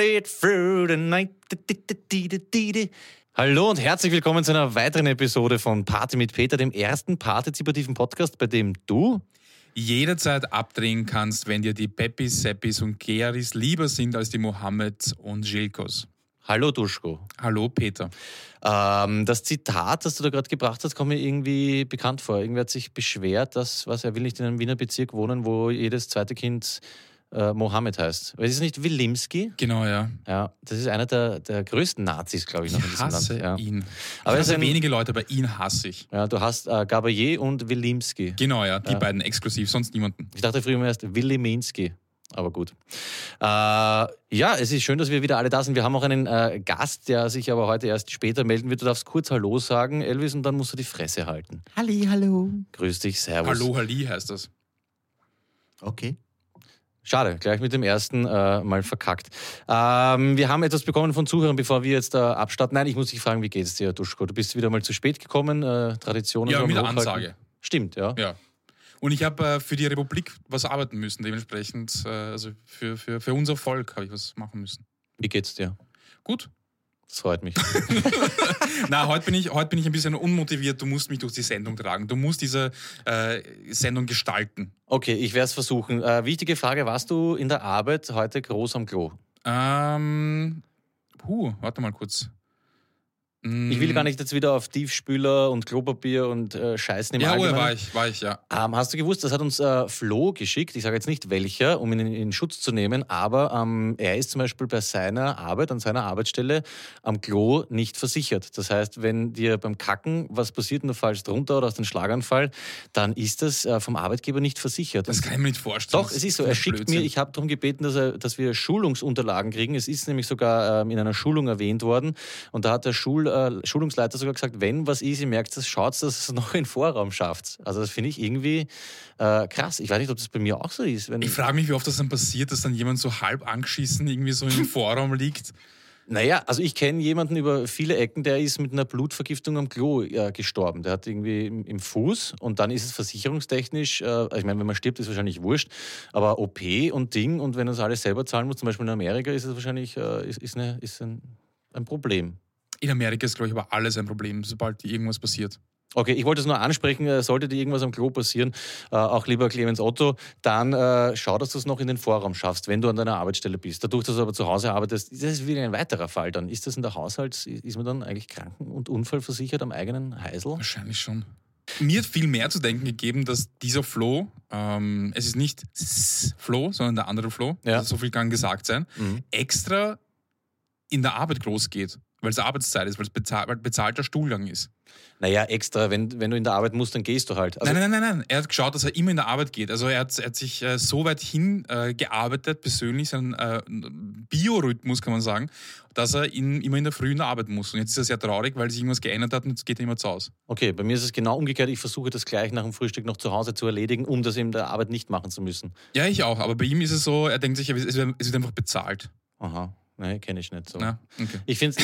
straight through the night. Hallo und herzlich willkommen zu einer weiteren Episode von Party mit Peter, dem ersten partizipativen Podcast, bei dem du jederzeit abdrehen kannst, wenn dir die Peppis, Seppis und Geris lieber sind als die Mohammeds und Željkos. Hallo Duschko. Hallo Peter. Das Zitat, das du da gerade gebracht hast, kommt mir irgendwie bekannt vor. Irgendwer hat sich beschwert, dass, er will nicht in einem Wiener Bezirk wohnen, wo jedes zweite Kind Mohammed heißt. Weil es ist nicht Wilimski? Genau, ja. Ja, das ist einer der größten Nazis, glaube ich, noch in diesem Land. Ich hasse ihn. Aber es sind wenige Leute, aber ihn hasse ich. Ja, du hast Gabayé und Wilimski. Genau, ja, die beiden exklusiv, sonst niemanden. Ich dachte früher erst Wiliminski. Aber gut. Ja, es ist schön, dass wir wieder alle da sind. Wir haben auch einen Gast, der sich aber heute erst später melden wird. Du darfst kurz Hallo sagen, Elvis, und dann musst du die Fresse halten. Halli, hallo. Grüß dich, servus. Hallo, Halli heißt das. Okay. Schade, gleich mit dem ersten mal verkackt. Wir haben etwas bekommen von Zuhörern, bevor wir jetzt abstarten. Nein, ich muss dich fragen, wie geht's dir, Duschko? Du bist wieder mal zu spät gekommen, Traditionen. Ja, mit der Ansage. Stimmt, ja. Ja. Und ich habe für die Republik was arbeiten müssen, dementsprechend, also für unser Volk habe ich was machen müssen. Wie geht's dir? Gut. Das freut mich. Na, heute bin ich ein bisschen unmotiviert. Du musst mich durch die Sendung tragen. Du musst diese Sendung gestalten. Okay, ich werde es versuchen. Wichtige Frage, warst du in der Arbeit heute groß am Klo? Warte mal kurz. Ich will gar nicht jetzt wieder auf Tiefspüler und Klopapier und Scheißen im Allgemeinen. Allgemeinen. War ich, ja. Hast du gewusst, das hat uns Flo geschickt, ich sage jetzt nicht welcher, um ihn in Schutz zu nehmen, aber er ist zum Beispiel bei seiner Arbeit, an seiner Arbeitsstelle am Klo nicht versichert. Das heißt, wenn dir beim Kacken was passiert und du fallst runter oder hast einen Schlaganfall, dann ist das vom Arbeitgeber nicht versichert. Das kann ich mir nicht vorstellen. Doch, es ist so. Er schickt mir, ich habe darum gebeten, dass wir Schulungsunterlagen kriegen. Es ist nämlich sogar in einer Schulung erwähnt worden und da hat der Schulungsleiter sogar gesagt, wenn was ist, ihr merkt es, schaut, dass es noch in den Vorraum schafft. Also das finde ich irgendwie krass. Ich weiß nicht, ob das bei mir auch so ist. Ich frage mich, wie oft das dann passiert, dass dann jemand so halb angeschissen irgendwie so im Vorraum liegt. Naja, also ich kenne jemanden über viele Ecken, der ist mit einer Blutvergiftung am Klo gestorben. Der hat irgendwie im Fuß und dann ist es versicherungstechnisch, ich meine, wenn man stirbt, ist wahrscheinlich wurscht, aber OP und Ding und wenn das alles selber zahlen muss, zum Beispiel in Amerika, ist es wahrscheinlich ein Problem. In Amerika ist, glaube ich, aber alles ein Problem, sobald irgendwas passiert. Okay, ich wollte es nur ansprechen, sollte dir irgendwas am Klo passieren, auch lieber Clemens Otto, dann schau, dass du es noch in den Vorraum schaffst, wenn du an deiner Arbeitsstelle bist. Dadurch, dass du aber zu Hause arbeitest, das ist wieder ein weiterer Fall dann. Ist das in der ist man dann eigentlich kranken- und unfallversichert am eigenen Heisel? Wahrscheinlich schon. Mir hat viel mehr zu denken gegeben, dass dieser Flo, es ist nicht Flo, sondern der andere Flo, ja. Also so viel kann gesagt sein, extra in der Arbeit groß geht. Weil es Arbeitszeit ist, weil es bezahlter Stuhlgang ist. Naja, extra, wenn du in der Arbeit musst, dann gehst du halt. Also Nein. Er hat geschaut, dass er immer in der Arbeit geht. Also er hat sich so weit hingearbeitet, persönlich, seinen Biorhythmus, kann man sagen, dass er immer in der Früh in der Arbeit muss. Und jetzt ist er sehr traurig, weil sich irgendwas geändert hat und jetzt geht er immer zu Hause. Okay, bei mir ist es genau umgekehrt. Ich versuche das gleich nach dem Frühstück noch zu Hause zu erledigen, um das in der Arbeit nicht machen zu müssen. Ja, ich auch. Aber bei ihm ist es so, er denkt sich, es wird einfach bezahlt. Aha. Nein, kenne ich nicht so. Na, okay. Ich finde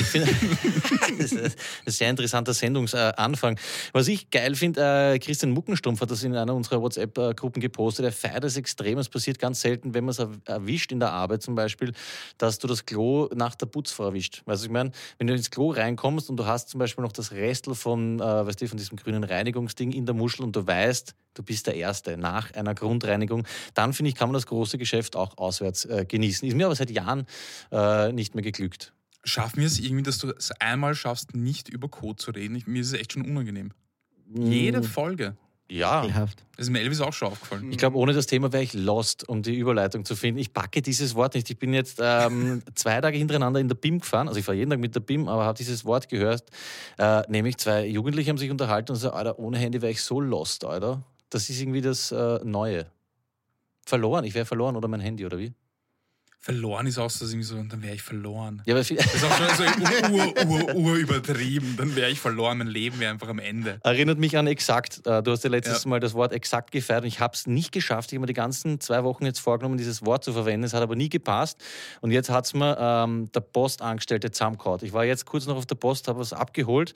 das ist ein sehr interessanter Sendungsanfang. Was ich geil finde, Christian Muckenstumpf hat das in einer unserer WhatsApp-Gruppen gepostet. Er feiert das extrem. Es passiert ganz selten, wenn man es erwischt in der Arbeit zum Beispiel, dass du das Klo nach der Putzfrau erwischt. Weißt du, ich meine, wenn du ins Klo reinkommst und du hast zum Beispiel noch das Restel von diesem grünen Reinigungsding in der Muschel und du weißt, du bist der Erste nach einer Grundreinigung, dann finde ich, kann man das große Geschäft auch auswärts genießen. Ist mir aber seit Jahren nicht mehr geglückt. Schaff mir es irgendwie, dass du es einmal schaffst, nicht über Code zu reden. Mir ist es echt schon unangenehm. Jede Folge. Ja. Ekelhaft. Das ist mir Elvis auch schon aufgefallen. Ich glaube, ohne das Thema wäre ich lost, um die Überleitung zu finden. Ich packe dieses Wort nicht. Ich bin jetzt 2 Tage hintereinander in der BIM gefahren. Also ich fahre jeden Tag mit der BIM, aber habe dieses Wort gehört. Nämlich 2 Jugendliche haben sich unterhalten und gesagt, Alter, ohne Handy wäre ich so lost, Alter. Das ist irgendwie das Neue. Verloren, ich wäre verloren oder mein Handy, oder wie? Verloren ist auch so, dann wäre ich verloren. Ja, aber das ist auch schon so übertrieben. Dann wäre ich verloren, mein Leben wäre einfach am Ende. Erinnert mich an exakt. Du hast ja letztes Mal das Wort exakt gefeiert und ich habe es nicht geschafft. Ich habe mir die ganzen 2 Wochen jetzt vorgenommen, dieses Wort zu verwenden. Es hat aber nie gepasst. Und jetzt hat es mir der Postangestellte zusammengehauen. Ich war jetzt kurz noch auf der Post, habe was abgeholt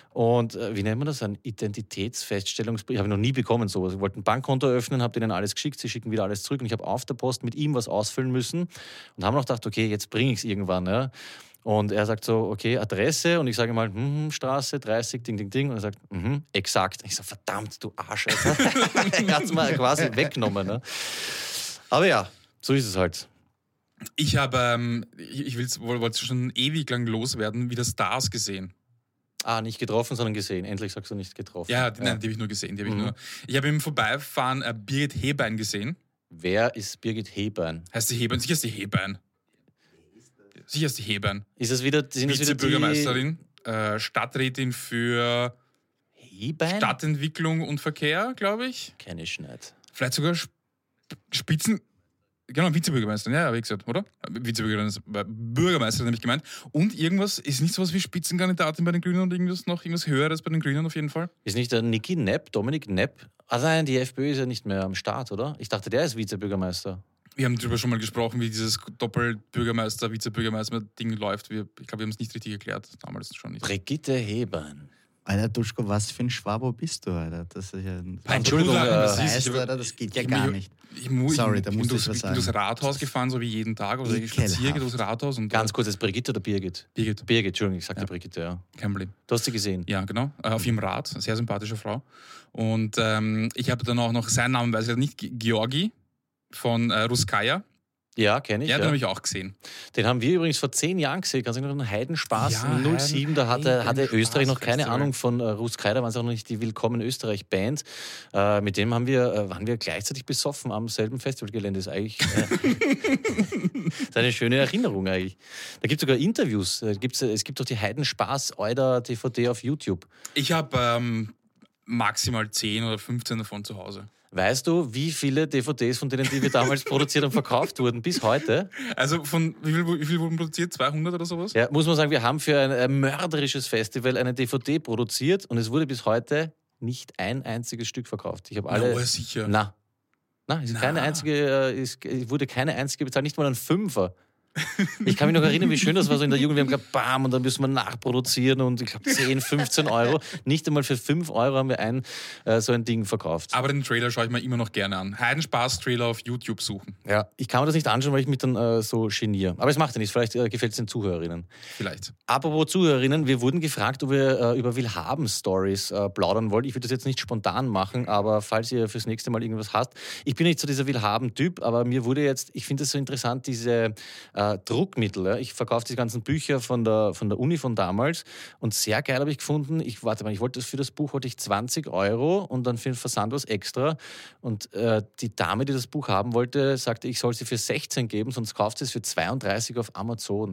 Und wie nennt man das? Ein Identitätsfeststellungsbrief. Habe ich noch nie bekommen sowas. Ich wollte ein Bankkonto eröffnen, habe denen alles geschickt, sie schicken wieder alles zurück und ich habe auf der Post mit ihm was ausfüllen müssen und haben noch gedacht, okay, jetzt bringe ich es irgendwann. Ja. Und er sagt so, okay, Adresse und ich sage mal, Straße 30, Ding, Ding, Ding. Und er sagt, exakt. Ich so, verdammt, du Arsch. Er hat es mal quasi weggenommen. Ne? Aber ja, so ist es halt. Ich habe, wollte schon ewig lang loswerden, wieder Stars gesehen. Nicht getroffen, sondern gesehen. Endlich sagst du nicht getroffen. Ja, nein, die habe ich nur gesehen. Ich habe im Vorbeifahren Birgit Hebein gesehen. Wer ist Birgit Hebein? Heißt die Hebein? Sicher ist die Hebein. Sicher ist die Hebein. Ist das wieder, sind das wieder die... Vizebürgermeisterin, Stadträtin für Hebein? Stadtentwicklung und Verkehr, glaube ich. Kenn ich nicht. Vielleicht sogar Spitzen... Genau, Vizebürgermeisterin, ja, habe ich gesagt, oder? Bürgermeisterin habe ich gemeint. Und irgendwas, ist nicht sowas wie Spitzenkandidatin bei den Grünen und irgendwas Höheres bei den Grünen auf jeden Fall? Ist nicht der Niki Nepp, Dominik Nepp? Nein, die FPÖ ist ja nicht mehr am Start, oder? Ich dachte, der ist Vizebürgermeister. Wir haben darüber schon mal gesprochen, wie dieses Doppelbürgermeister, Vizebürgermeister-Ding läuft. Ich glaube, wir haben es nicht richtig erklärt, damals schon nicht. Brigitte Hebein. Alter, Duschko, was für ein Schwabo bist du, Alter? Das ist ja Entschuldigung, das geht ja gar nicht. Sorry, da musst du was sagen. Ich bin durchs Rathaus gefahren, so wie jeden Tag. Oder ich spaziere durchs Rathaus. Und ganz kurz, ist Brigitte oder Birgit? Birgit. Birgit, Entschuldigung, ich sagte Brigitte, ja. Kein Problem. Du hast sie gesehen? Ja, genau. Auf ihrem Rad. Sehr sympathische Frau. Und ich habe dann auch noch seinen Namen, weiß ich nicht, Georgi von Ruskaya. Ja, kenne ich. Ja, den habe ich auch gesehen. Den haben wir übrigens vor 10 Jahren gesehen. Kannst du dich noch einen Heidenspaß? Ja, 07, da hatte Österreich noch keine Festival. Ahnung von Ruskaya, da waren es auch noch nicht die Willkommen Österreich-Band. Mit dem waren wir gleichzeitig besoffen am selben Festivalgelände. Das ist eigentlich eine schöne Erinnerung eigentlich. Da gibt es sogar Interviews. Es gibt doch die Heidenspaß-Euder-DVD auf YouTube. Ich habe maximal 10 oder 15 davon zu Hause. Weißt du, wie viele DVDs von denen, die wir damals produziert haben, verkauft wurden bis heute? Also von wie viel wurden produziert? 200 oder sowas? Ja, muss man sagen, wir haben für ein mörderisches Festival eine DVD produziert und es wurde bis heute nicht ein einziges Stück verkauft. Ich habe alle. Ja, sicher. Wurde keine einzige bezahlt, nicht mal ein Fünfer. Ich kann mich noch erinnern, wie schön das war so in der Jugend. Wir haben gesagt, bam, und dann müssen wir nachproduzieren und ich glaube 10, 15 Euro. Nicht einmal für 5 Euro haben wir so ein Ding verkauft. Aber den Trailer schaue ich mir immer noch gerne an. Heidenspaß-Trailer auf YouTube suchen. Ja, ich kann mir das nicht anschauen, weil ich mich dann so geniere. Aber es macht ja nichts, vielleicht gefällt es den Zuhörerinnen. Vielleicht. Apropos Zuhörerinnen, wir wurden gefragt, ob wir über Willhaben-Stories plaudern wollt. Ich würde das jetzt nicht spontan machen, aber falls ihr fürs nächste Mal irgendwas habt. Ich bin nicht so dieser Willhaben-Typ, aber mir wurde jetzt, ich finde es so interessant, diese Druckmittel. Ja. Ich verkaufe die ganzen Bücher von der Uni von damals und sehr geil habe ich gefunden. Ich wollte für das Buch 20 Euro und dann für den Versand was extra. Und die Dame, die das Buch haben wollte, sagte, ich soll sie für 16 geben, sonst kauft sie es für 32 auf Amazon.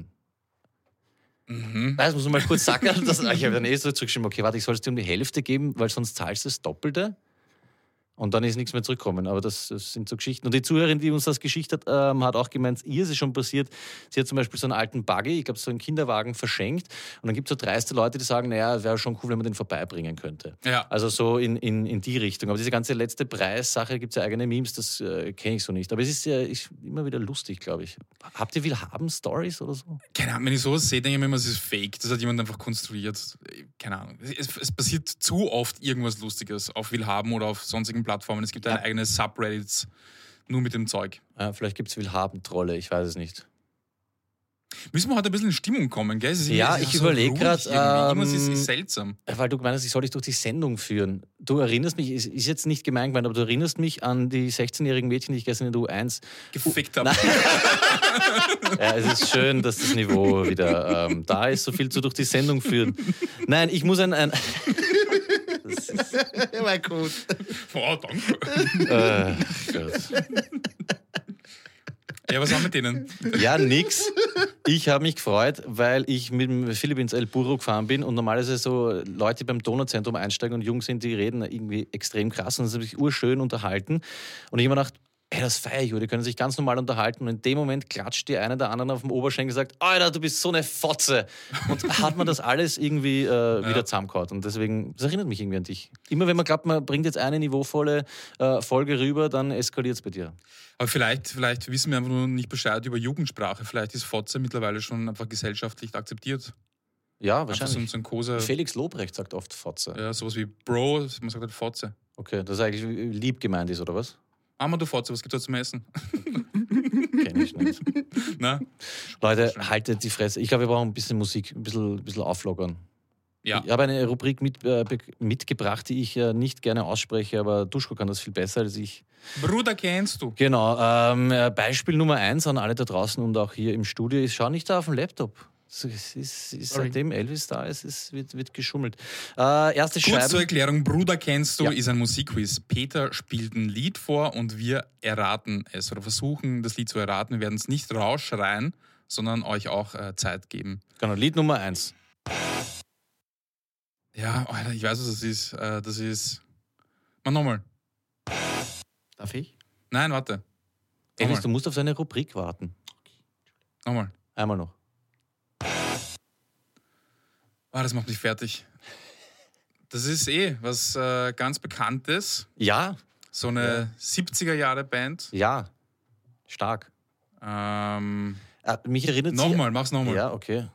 Das muss man mal kurz sagen. Ich habe dann so zurückgeschrieben, okay, warte, ich soll es dir um die Hälfte geben, weil sonst zahlst du das Doppelte. Und dann ist nichts mehr zurückgekommen. Aber das sind so Geschichten. Und die Zuhörerin, die uns das geschichtet hat, hat auch gemeint, ihr ist es schon passiert. Sie hat zum Beispiel so einen alten Buggy, ich glaube, so einen Kinderwagen verschenkt. Und dann gibt es so dreiste Leute, die sagen, naja, es wäre schon cool, wenn man den vorbeibringen könnte. Ja. Also so in die Richtung. Aber diese ganze letzte Preissache, gibt es ja eigene Memes, das kenne ich so nicht. Aber es ist immer wieder lustig, glaube ich. Habt ihr Willhaben-Stories oder so? Keine Ahnung, wenn ich sowas sehe, denke ich mir immer, es ist fake. Das hat jemand einfach konstruiert. Keine Ahnung. Es passiert zu oft irgendwas Lustiges auf Willhaben oder auf sonstigen Plattformen. Es gibt eine eigene Subreddits nur mit dem Zeug. Ja, vielleicht gibt es Willhaben-Trolle, ich weiß es nicht. Müssen wir heute ein bisschen in Stimmung kommen, gell? Ich überlege gerade. Irgendwas ist seltsam. Weil du meinst, ich soll dich durch die Sendung führen. Du erinnerst mich, ist jetzt nicht gemein gemeint, aber du erinnerst mich an die 16-jährigen Mädchen, die ich gestern in der U1 gefickt habe. Ja, es ist schön, dass das Niveau wieder da ist, so viel zu durch die Sendung führen. Nein, ich muss ein das ist war gut. Oh, danke. Gott. Ja, was haben wir mit denen? Ja, nix. Ich habe mich gefreut, weil ich mit dem Philipp ins El Burro gefahren bin und normalerweise so Leute, die beim Donauzentrum einsteigen und jung sind, die reden irgendwie extrem krass und das habe ich urschön unterhalten. Und ich habe mir gedacht, hey, das feiere ich, die können sich ganz normal unterhalten und in dem Moment klatscht die eine der anderen auf dem Oberschenkel und sagt, Alter, du bist so eine Fotze. Und hat man das alles irgendwie wieder zusammengehauen. Und deswegen, das erinnert mich irgendwie an dich. Immer wenn man glaubt, man bringt jetzt eine niveauvolle Folge rüber, dann eskaliert es bei dir. Aber vielleicht wissen wir einfach nur nicht Bescheid über Jugendsprache. Vielleicht ist Fotze mittlerweile schon einfach gesellschaftlich akzeptiert. Ja, Einfach wahrscheinlich. so ein Koser, Felix Lobrecht sagt oft Fotze. ja, sowas wie Bro, man sagt halt Fotze. Okay, das eigentlich lieb gemeint ist, oder was? Du Fotze, was gibt's da zum Essen? Kenn ich nicht. Na? Leute, haltet die Fresse. Ich glaube, wir brauchen ein bisschen Musik, ein bisschen auflockern. Ja. Ich habe eine Rubrik mitgebracht, die ich nicht gerne ausspreche, aber Duschko kann das viel besser als ich. Bruder, kennst du? Genau. Beispiel Nummer 1 an alle da draußen und auch hier im Studio ist, schau nicht da auf den Laptop. Es ist seitdem Elvis da ist, wird geschummelt. Erste Kurz zur Scheibe. Erklärung, Bruder, kennst du, Ja. ist ein Musikquiz. Peter spielt ein Lied vor und wir erraten es oder versuchen, das Lied zu erraten. Wir werden es nicht rausschreien, sondern euch auch Zeit geben. Genau, Lied Nummer 1. Ja, Alter, ich weiß, was das ist. Das ist... Mach nochmal. Darf ich? Nein, warte. Elvis, Nochmal. du musst auf seine Rubrik warten. Nochmal. Einmal noch. Das macht mich fertig. Das ist was ganz Bekanntes. Ja, So eine 70er-Jahre-Band. ja. Stark. Mich erinnert sie... Nochmal, mach's nochmal. Ja, okay.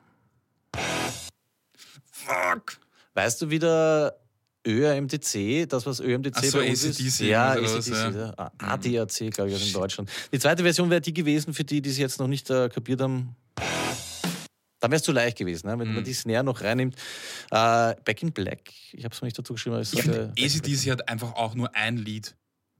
Fuck! Weißt du wieder ÖRMDC, das was ÖRMDC Ach so, bei uns AC/DC ist? Ja, oder was, AC/DC, ja. ja. ADAC, glaube ich, in Deutschland. Die zweite Version wäre die gewesen, für die es jetzt noch nicht kapiert haben. Dann wäre es zu leicht gewesen, ne? Wenn man die Snare noch reinnimmt. Back in Black, ich habe es noch nicht dazu geschrieben. Aber es Ich ist, finde, AC/DC hat einfach auch nur ein Lied.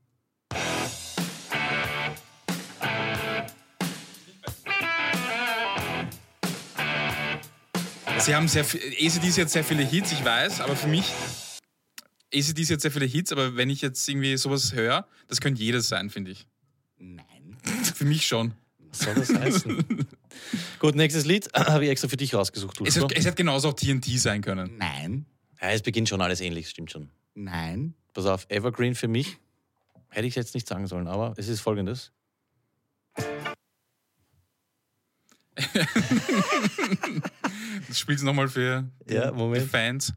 Sie haben AC/DC hat sehr viele Hits, ich weiß, aber für mich, AC/DC hat sehr viele Hits, aber wenn ich jetzt irgendwie sowas höre, das könnte jedes sein, finde ich. Nein. Für mich schon. was soll das heißen? Gut, nächstes Lied habe ich extra für dich rausgesucht. Es hätte genauso auch TNT sein können. Nein. Ja, es beginnt schon alles ähnlich, stimmt schon. Nein. Pass auf, Evergreen für mich. Hätte ich jetzt nicht sagen sollen, aber es ist folgendes. Das spielt es nochmal für Ja, die Moment. Fans.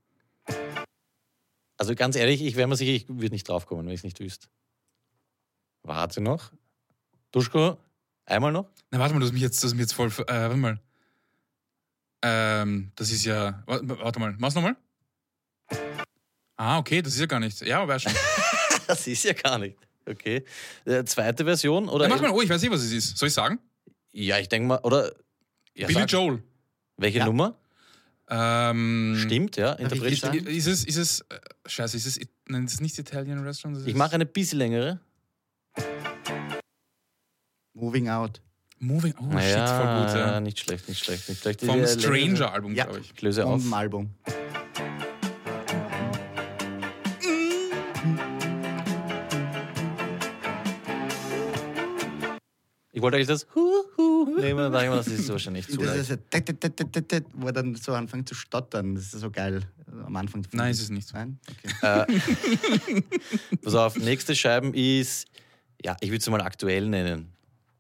Also ganz ehrlich, ich wäre mir sicher, ich würde nicht draufkommen, wenn ich es nicht wüsste. Warte noch. Duschko, einmal noch. Na, warte mal, du hast mich jetzt voll. Warte mal. Das ist ja. Warte mal, mach's nochmal. Okay, das ist ja gar nicht. Ja, aber schon. Das ist ja gar nicht. Okay. Zweite Version? Oder Ja, mach mal, ich weiß nicht, was es ist. Soll ich sagen? Ja, ich denke mal, oder. Ja, Billy sag, Joel. welche Ja. Nummer? Stimmt. Stimmt, ja. Darf ich Interpret. sagen? Ist es. Scheiße, ist es. Nein, das ist nicht Italian Restaurant. Das Ich ist mache eine bisschen längere. Moving Out. Moving. Oh, Naja, shit, voll gut. Ja. nicht schlecht, nicht schlecht, nicht schlecht. Vom Die Stranger-Album, Ja. glaube ich. Ich löse auf. Und ein Album. Ich wollte eigentlich das nehmen, dann dachte ich mir, das ist wahrscheinlich zu Das leicht. ist ja, wo er dann so anfängt zu stottern. Das ist so geil. Am Anfang. Nein, ist es nicht. Nein? Okay. Pass auf, nächste Scheiben ist, ja, ich würde es mal aktuell nennen.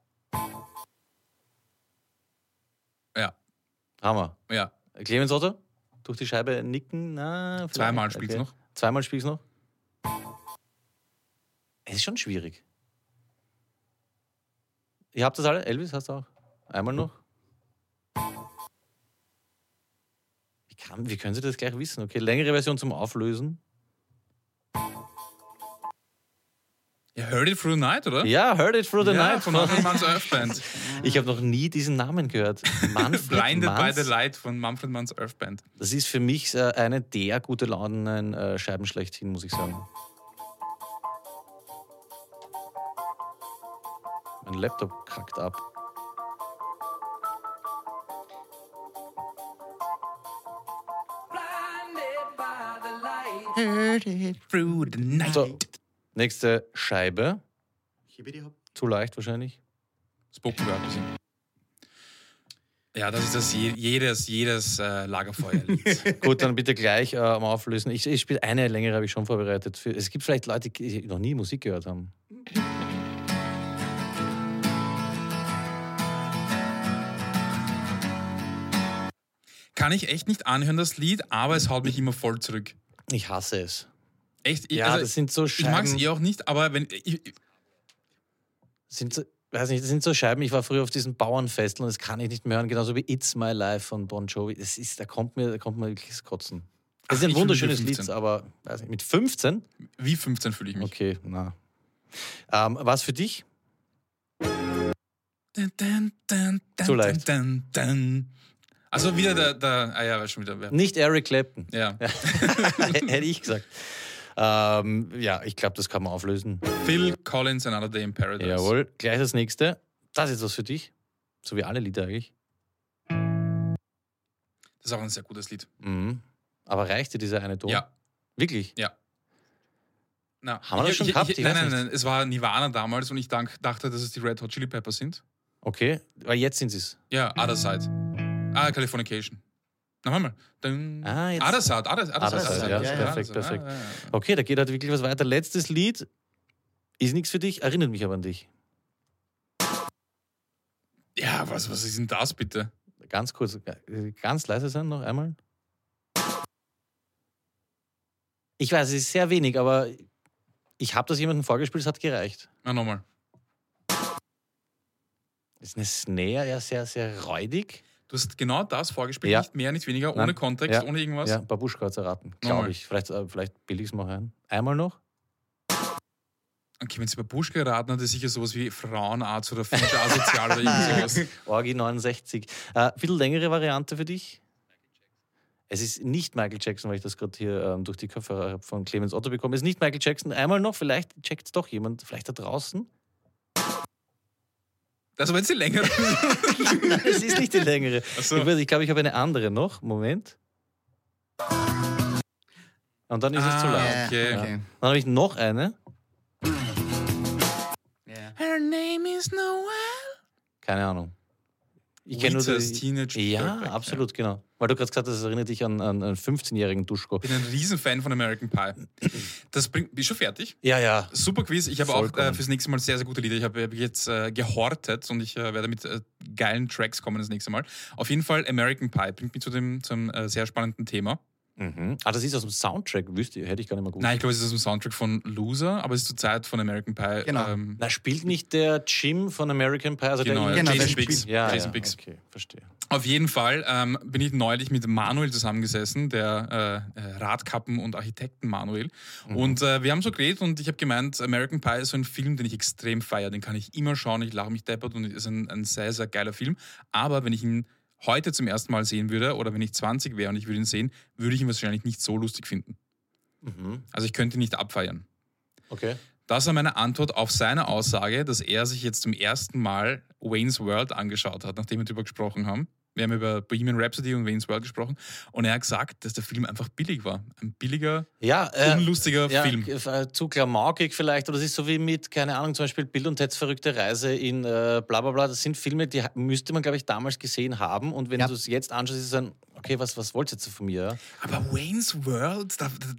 Ja. Hammer. Ja. Clemens Otto, durch die Scheibe nicken. Na, vielleicht. Zweimal spielt's noch. Zweimal spielst noch. Es ist schon schwierig. Ihr habt das alle? Elvis, hast du auch? Einmal noch? Wie können Sie das gleich wissen? Okay, längere Version zum Auflösen. Ja, Heard It Through the Night, oder? Ja, Heard It Through the Ja, Night. von Manfred Manns Earth Band. Ich habe noch nie diesen Namen gehört. Manfred Blinded by Manns. the Light von Manfred Manns Earth Band. Das ist für mich eine der gute Launen Scheiben schlechthin, muss ich sagen. Mein Laptop kackt ab. Through the Night. So, nächste Scheibe. Zu leicht wahrscheinlich. Spoken Word ein bisschen. Ja, das ist das jedes Lagerfeuerlied. Gut, dann bitte gleich am Auflösen. Ich spiele eine längere, habe ich schon vorbereitet. Es gibt vielleicht Leute, die noch nie Musik gehört haben. Kann ich echt nicht anhören, das Lied, aber es haut mich immer voll zurück. Ich hasse es. Echt? Ja, das sind so ich mag es Scheiben. eh auch nicht, aber wenn. Sind so, weiß nicht, das sind so Scheiben. Ich war früher auf diesen Bauernfesten und das kann ich nicht mehr hören, genauso wie It's My Life von Bon Jovi. Da kommt mir wirklich das Kotzen. Das ist ein ich fühl mich wunderschönes mit Lied, 15. aber weiß nicht, mit 15? Wie 15 fühle ich mich. Okay, na. Was für dich? Zu leicht. Also wieder war schon wieder. Nicht Eric Clapton. Ja. Hätte ich gesagt. Ja, ich glaube, das kann man auflösen. Phil Collins, Another Day in Paradise. Jawohl, gleich das nächste. Das ist was für dich. So wie alle Lieder eigentlich. Das ist auch ein sehr gutes Lied. Mhm. Aber reicht dir dieser eine Ton? Ja. Wirklich? Ja. Na, Haben wir das schon gehabt? Ich weiß Nein. Es war Nirvana damals und ich dachte, dass es die Red Hot Chili Peppers sind. Okay, weil jetzt sind sie es. Ja, Other Side. Californication. Noch einmal. Jetzt. Other Side. Other Side, ja, perfekt. Ja. Okay, da geht halt wirklich was weiter. Letztes Lied ist nichts für dich, erinnert mich aber an dich. Ja, was ist denn das bitte? Ganz kurz, ganz leise sein noch einmal. Ich weiß, es ist sehr wenig, aber ich habe das jemandem vorgespielt, es hat gereicht. Na, nochmal. Das ist eine Snare, ja, sehr, sehr räudig. Du hast genau das vorgespielt, Ja. nicht mehr, nicht weniger, Nein. ohne Kontext, Ja. ohne irgendwas. Ja, Babuschka hat es erraten, Nochmal. glaube ich. Vielleicht bilde ich es mal ein. Einmal noch. Okay, wenn sie Babuschka geraten hat, ist sicher sowas wie Frauenarzt oder Finch asozial oder irgend sowas. Orgi 69. Viel längere Variante für dich? Es ist nicht Michael Jackson, weil ich das gerade hier durch die Köpfe von Clemens Otto bekomme. Es ist nicht Michael Jackson. Einmal noch, vielleicht checkt es doch jemand, vielleicht da draußen. Also wenn sie länger Es ist nicht die längere. Ach so. Ich glaube, ich habe eine andere noch. Moment. Und dann ist es zu laut. Okay. Ja. Dann habe ich noch eine. Ja. Her name is Noel. Keine Ahnung. Ich kenne nur Weezer's die. Teenage Ja, Dirtbag, absolut, genau. Weil du gerade gesagt hast, das erinnert dich an einen 15-jährigen Duschko. Ich bin ein Riesenfan von American Pie. Bist du schon fertig? Ja, ja. Super Quiz. Ich habe auch Vollkommen. fürs nächste Mal sehr, sehr gute Lieder. Ich habe jetzt gehortet und ich werde mit geilen Tracks kommen das nächste Mal. Auf jeden Fall American Pie bringt mich zu einem sehr spannenden Thema. Mhm. Das ist aus dem Soundtrack, hätte ich gar nicht mehr gut. Nein, ich glaube, es ist aus dem Soundtrack von Loser, aber es ist zur Zeit von American Pie. Genau. Na, spielt nicht der Jim von American Pie? Also Genau, der Genau, Jason der Biggs. spielt- Ja, Jason Biggs. okay, verstehe. Auf jeden Fall bin ich neulich mit Manuel zusammengesessen, der Radkappen- und Architekten Manuel. Und wir haben so geredet und ich habe gemeint, American Pie ist so ein Film, den ich extrem feiere. Den kann ich immer schauen, ich lache mich deppert und ist ein sehr, sehr geiler Film. Aber wenn ich ihn heute zum ersten Mal sehen würde oder wenn ich 20 wäre und ich würde ihn sehen, würde ich ihn wahrscheinlich nicht so lustig finden. Mhm. Also ich könnte ihn nicht abfeiern. Okay. Das war meine Antwort auf seine Aussage, dass er sich jetzt zum ersten Mal Wayne's World angeschaut hat, nachdem wir darüber gesprochen haben. Wir haben über Bohemian Rhapsody und Wayne's World gesprochen und er hat gesagt, dass der Film einfach billig war. Ein billiger, Ja, unlustiger Film. Zu klamaukig vielleicht. Oder das ist so wie mit, keine Ahnung, zum Beispiel Bill und Ted's verrückte Reise in bla bla bla. Das sind Filme, die müsste man, glaube ich, damals gesehen haben. Und wenn Ja. du es jetzt anschaust, ist es ein, okay, was wollt ihr jetzt von mir? Ja? Aber Wayne's World,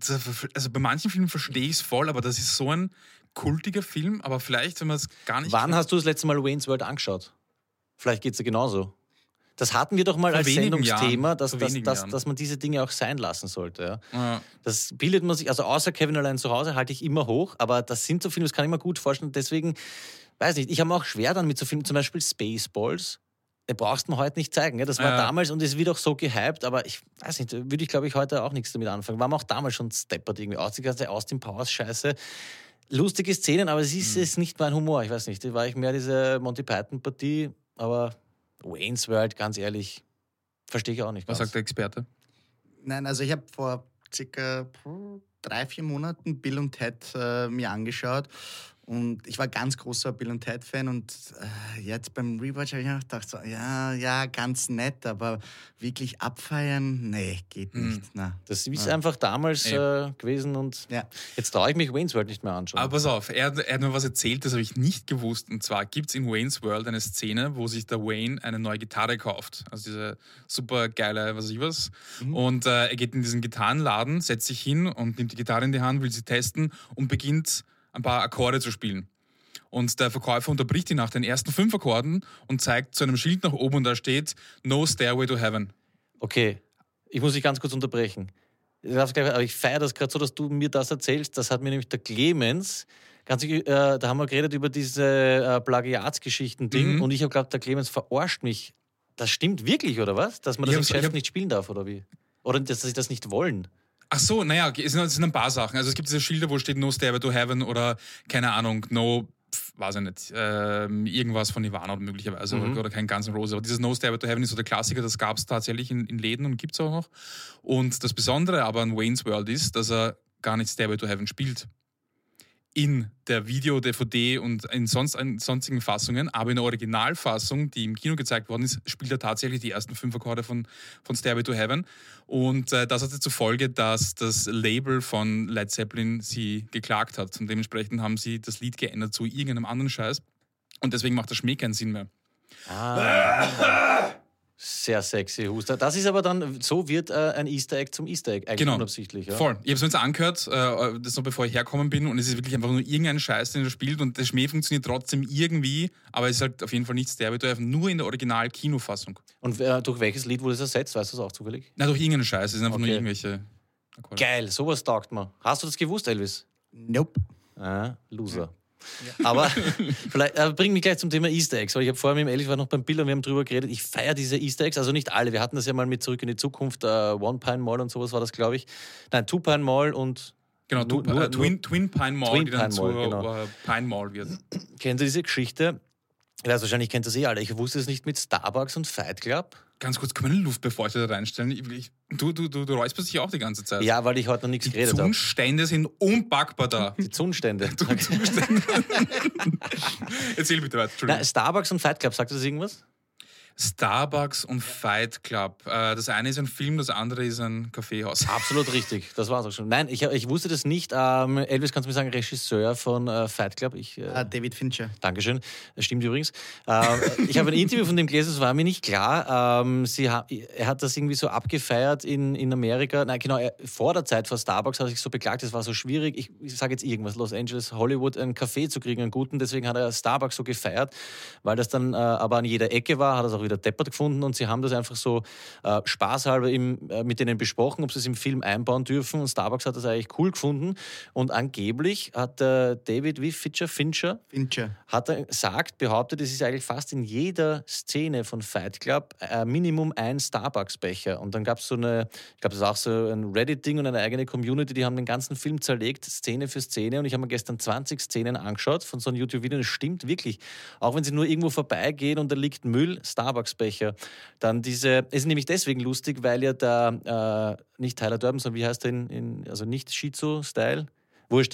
also bei manchen Filmen verstehe ich es voll, aber das ist so ein kultiger Film, aber vielleicht, wenn man es gar nicht... Wann hast du das letzte Mal Wayne's World angeschaut? Vielleicht geht es dir genauso. Das hatten wir doch mal Vor als wenigen Sendungsthema, Jahren. dass, Vor dass, wenigen dass, Jahren. dass man diese Dinge auch sein lassen sollte. Ja? Ja. Das bildet man sich, also außer Kevin allein zu Hause halte ich immer hoch, aber das sind so Filme, das kann ich mir gut vorstellen. Deswegen, weiß nicht, ich habe mir auch schwer dann mit so Filmen, zum Beispiel Spaceballs, brauchst du mir heute nicht zeigen. Ja? Das war Ja. damals und es wird auch so gehypt, aber ich weiß nicht, würde ich glaube ich heute auch nichts damit anfangen. War mir auch damals schon steppert irgendwie aus, die ganze Austin Powers Scheiße. Lustige Szenen, aber es ist es nicht mein Humor, ich weiß nicht. Da war ich mehr diese Monty Python-Partie, aber Wayne's World, ganz ehrlich, verstehe ich auch nicht. Was ganz. sagt der Experte? Nein, also ich habe vor circa 3-4 Monaten Bill und Ted mir angeschaut und ich war ganz großer Bill und Ted-Fan und jetzt beim Rewatch habe ich auch gedacht, so, ja, ganz nett, aber wirklich abfeiern, nee, geht nicht. Na. Das ist einfach damals gewesen und Ja. jetzt traue ich mich Wayne's World nicht mehr anschauen. Aber pass auf, er hat mir was erzählt, das habe ich nicht gewusst. Und zwar gibt es in Wayne's World eine Szene, wo sich der Wayne eine neue Gitarre kauft. Also diese super geile, was weiß ich was. Und er geht in diesen Gitarrenladen, setzt sich hin und nimmt die Gitarre in die Hand, will sie testen und beginnt ein paar Akkorde zu spielen. Und der Verkäufer unterbricht ihn nach den ersten 5 Akkorden und zeigt zu einem Schild nach oben und da steht No Stairway to Heaven. Okay, ich muss dich ganz kurz unterbrechen. Aber ich feiere das gerade so, dass du mir das erzählst. Das hat mir nämlich der Clemens Da haben wir geredet über diese Plagiatsgeschichten-Ding und ich habe geglaubt, der Clemens verarscht mich. Das stimmt wirklich, oder was? Dass man das im Geschäft nicht spielen darf, oder wie? Oder dass sie das nicht wollen? Ach so, naja, es sind ein paar Sachen. Also es gibt diese Schilder, wo steht No Stairway to Heaven oder, keine Ahnung, No, weiß ich nicht, irgendwas von Nirvana oder möglicherweise oder kein Guns N' Roses. Aber dieses No Stairway to Heaven ist so der Klassiker, das gab es tatsächlich in Läden und gibt es auch noch. Und das Besondere aber an Wayne's World ist, dass er gar nicht Stairway to Heaven spielt. In der Video, DVD und in sonstigen Fassungen, aber in der Originalfassung, die im Kino gezeigt worden ist, spielt er tatsächlich die ersten 5 Akkorde von Stairway to Heaven. Und das hatte zur Folge, dass das Label von Led Zeppelin sie geklagt hat. Und dementsprechend haben sie das Lied geändert zu irgendeinem anderen Scheiß. Und deswegen macht der Schmäh keinen Sinn mehr. Sehr sexy Huster. Das ist aber dann, so wird ein Easter Egg zum Easter Egg, eigentlich unabsichtlich. Ja? Voll. Ich habe es mir jetzt angehört, das noch bevor ich hergekommen bin, und es ist wirklich einfach nur irgendein Scheiß, den er spielt, und der Schmäh funktioniert trotzdem irgendwie, aber es ist halt auf jeden Fall nicht Stairway to Heaven, nur in der Original-Kinofassung. Und durch welches Lied wurde es ersetzt? Weißt du das auch zufällig? Na, durch irgendeinen Scheiß, es sind einfach nur irgendwelche Akkorde. Geil, sowas taugt man. Hast du das gewusst, Elvis? Nope. Loser. Ja. Aber vielleicht bring mich gleich zum Thema Easter Eggs, weil ich habe vorher mit dem Elvis noch beim Bild und wir haben drüber geredet. Ich feiere diese Easter Eggs, also nicht alle. Wir hatten das ja mal mit Zurück in die Zukunft, One Pine Mall und sowas war das, glaube ich. Nein, Two Pine Mall und genau, Twin Pine Mall, die dann zur Pine Mall wird. Kennt ihr diese Geschichte? Ich weiß, wahrscheinlich kennt ihr das alle. Ich wusste es nicht mit Starbucks und Fight Club. Ganz kurz, können wir eine Luftbefeuchter da reinstellen? Du räusperst dich auch die ganze Zeit. Ja, weil ich heute noch nichts geredet habe. Die Zunstände sind unpackbar da. Die Zunstände. Erzähl bitte weiter, Entschuldigung. Starbucks und Fight Club, sagt das irgendwas? Starbucks und Fight Club. Das eine ist ein Film, das andere ist ein Kaffeehaus. Absolut richtig, das war es auch schon. Nein, ich wusste das nicht. Elvis, kannst du mir sagen, Regisseur von Fight Club? David Fincher. Dankeschön, das stimmt übrigens. Ich habe ein Interview von dem gelesen, das war mir nicht klar. Er hat das irgendwie so abgefeiert in Amerika. Nein, genau, vor der Zeit vor Starbucks hat er sich so beklagt, es war so schwierig. Ich sage jetzt irgendwas, Los Angeles, Hollywood, einen Kaffee zu kriegen, einen guten. Deswegen hat er Starbucks so gefeiert, weil das dann aber an jeder Ecke war, hat er es auch wieder deppert gefunden und sie haben das einfach so spaßhalber mit denen besprochen, ob sie es im Film einbauen dürfen, und Starbucks hat das eigentlich cool gefunden und angeblich hat David Fincher hat behauptet, es ist eigentlich fast in jeder Szene von Fight Club Minimum ein Starbucks-Becher, und dann gab es ich glaube, das ist auch so ein Reddit-Ding und eine eigene Community, die haben den ganzen Film zerlegt, Szene für Szene, und ich habe mir gestern 20 Szenen angeschaut von so einem YouTube-Video und es stimmt wirklich, auch wenn sie nur irgendwo vorbeigehen und da liegt Müll, Starbucks-Becher. Dann es ist nämlich deswegen lustig, weil ja da nicht Tyler Durden, sondern wie heißt der also nicht Schizo-Style, wurscht,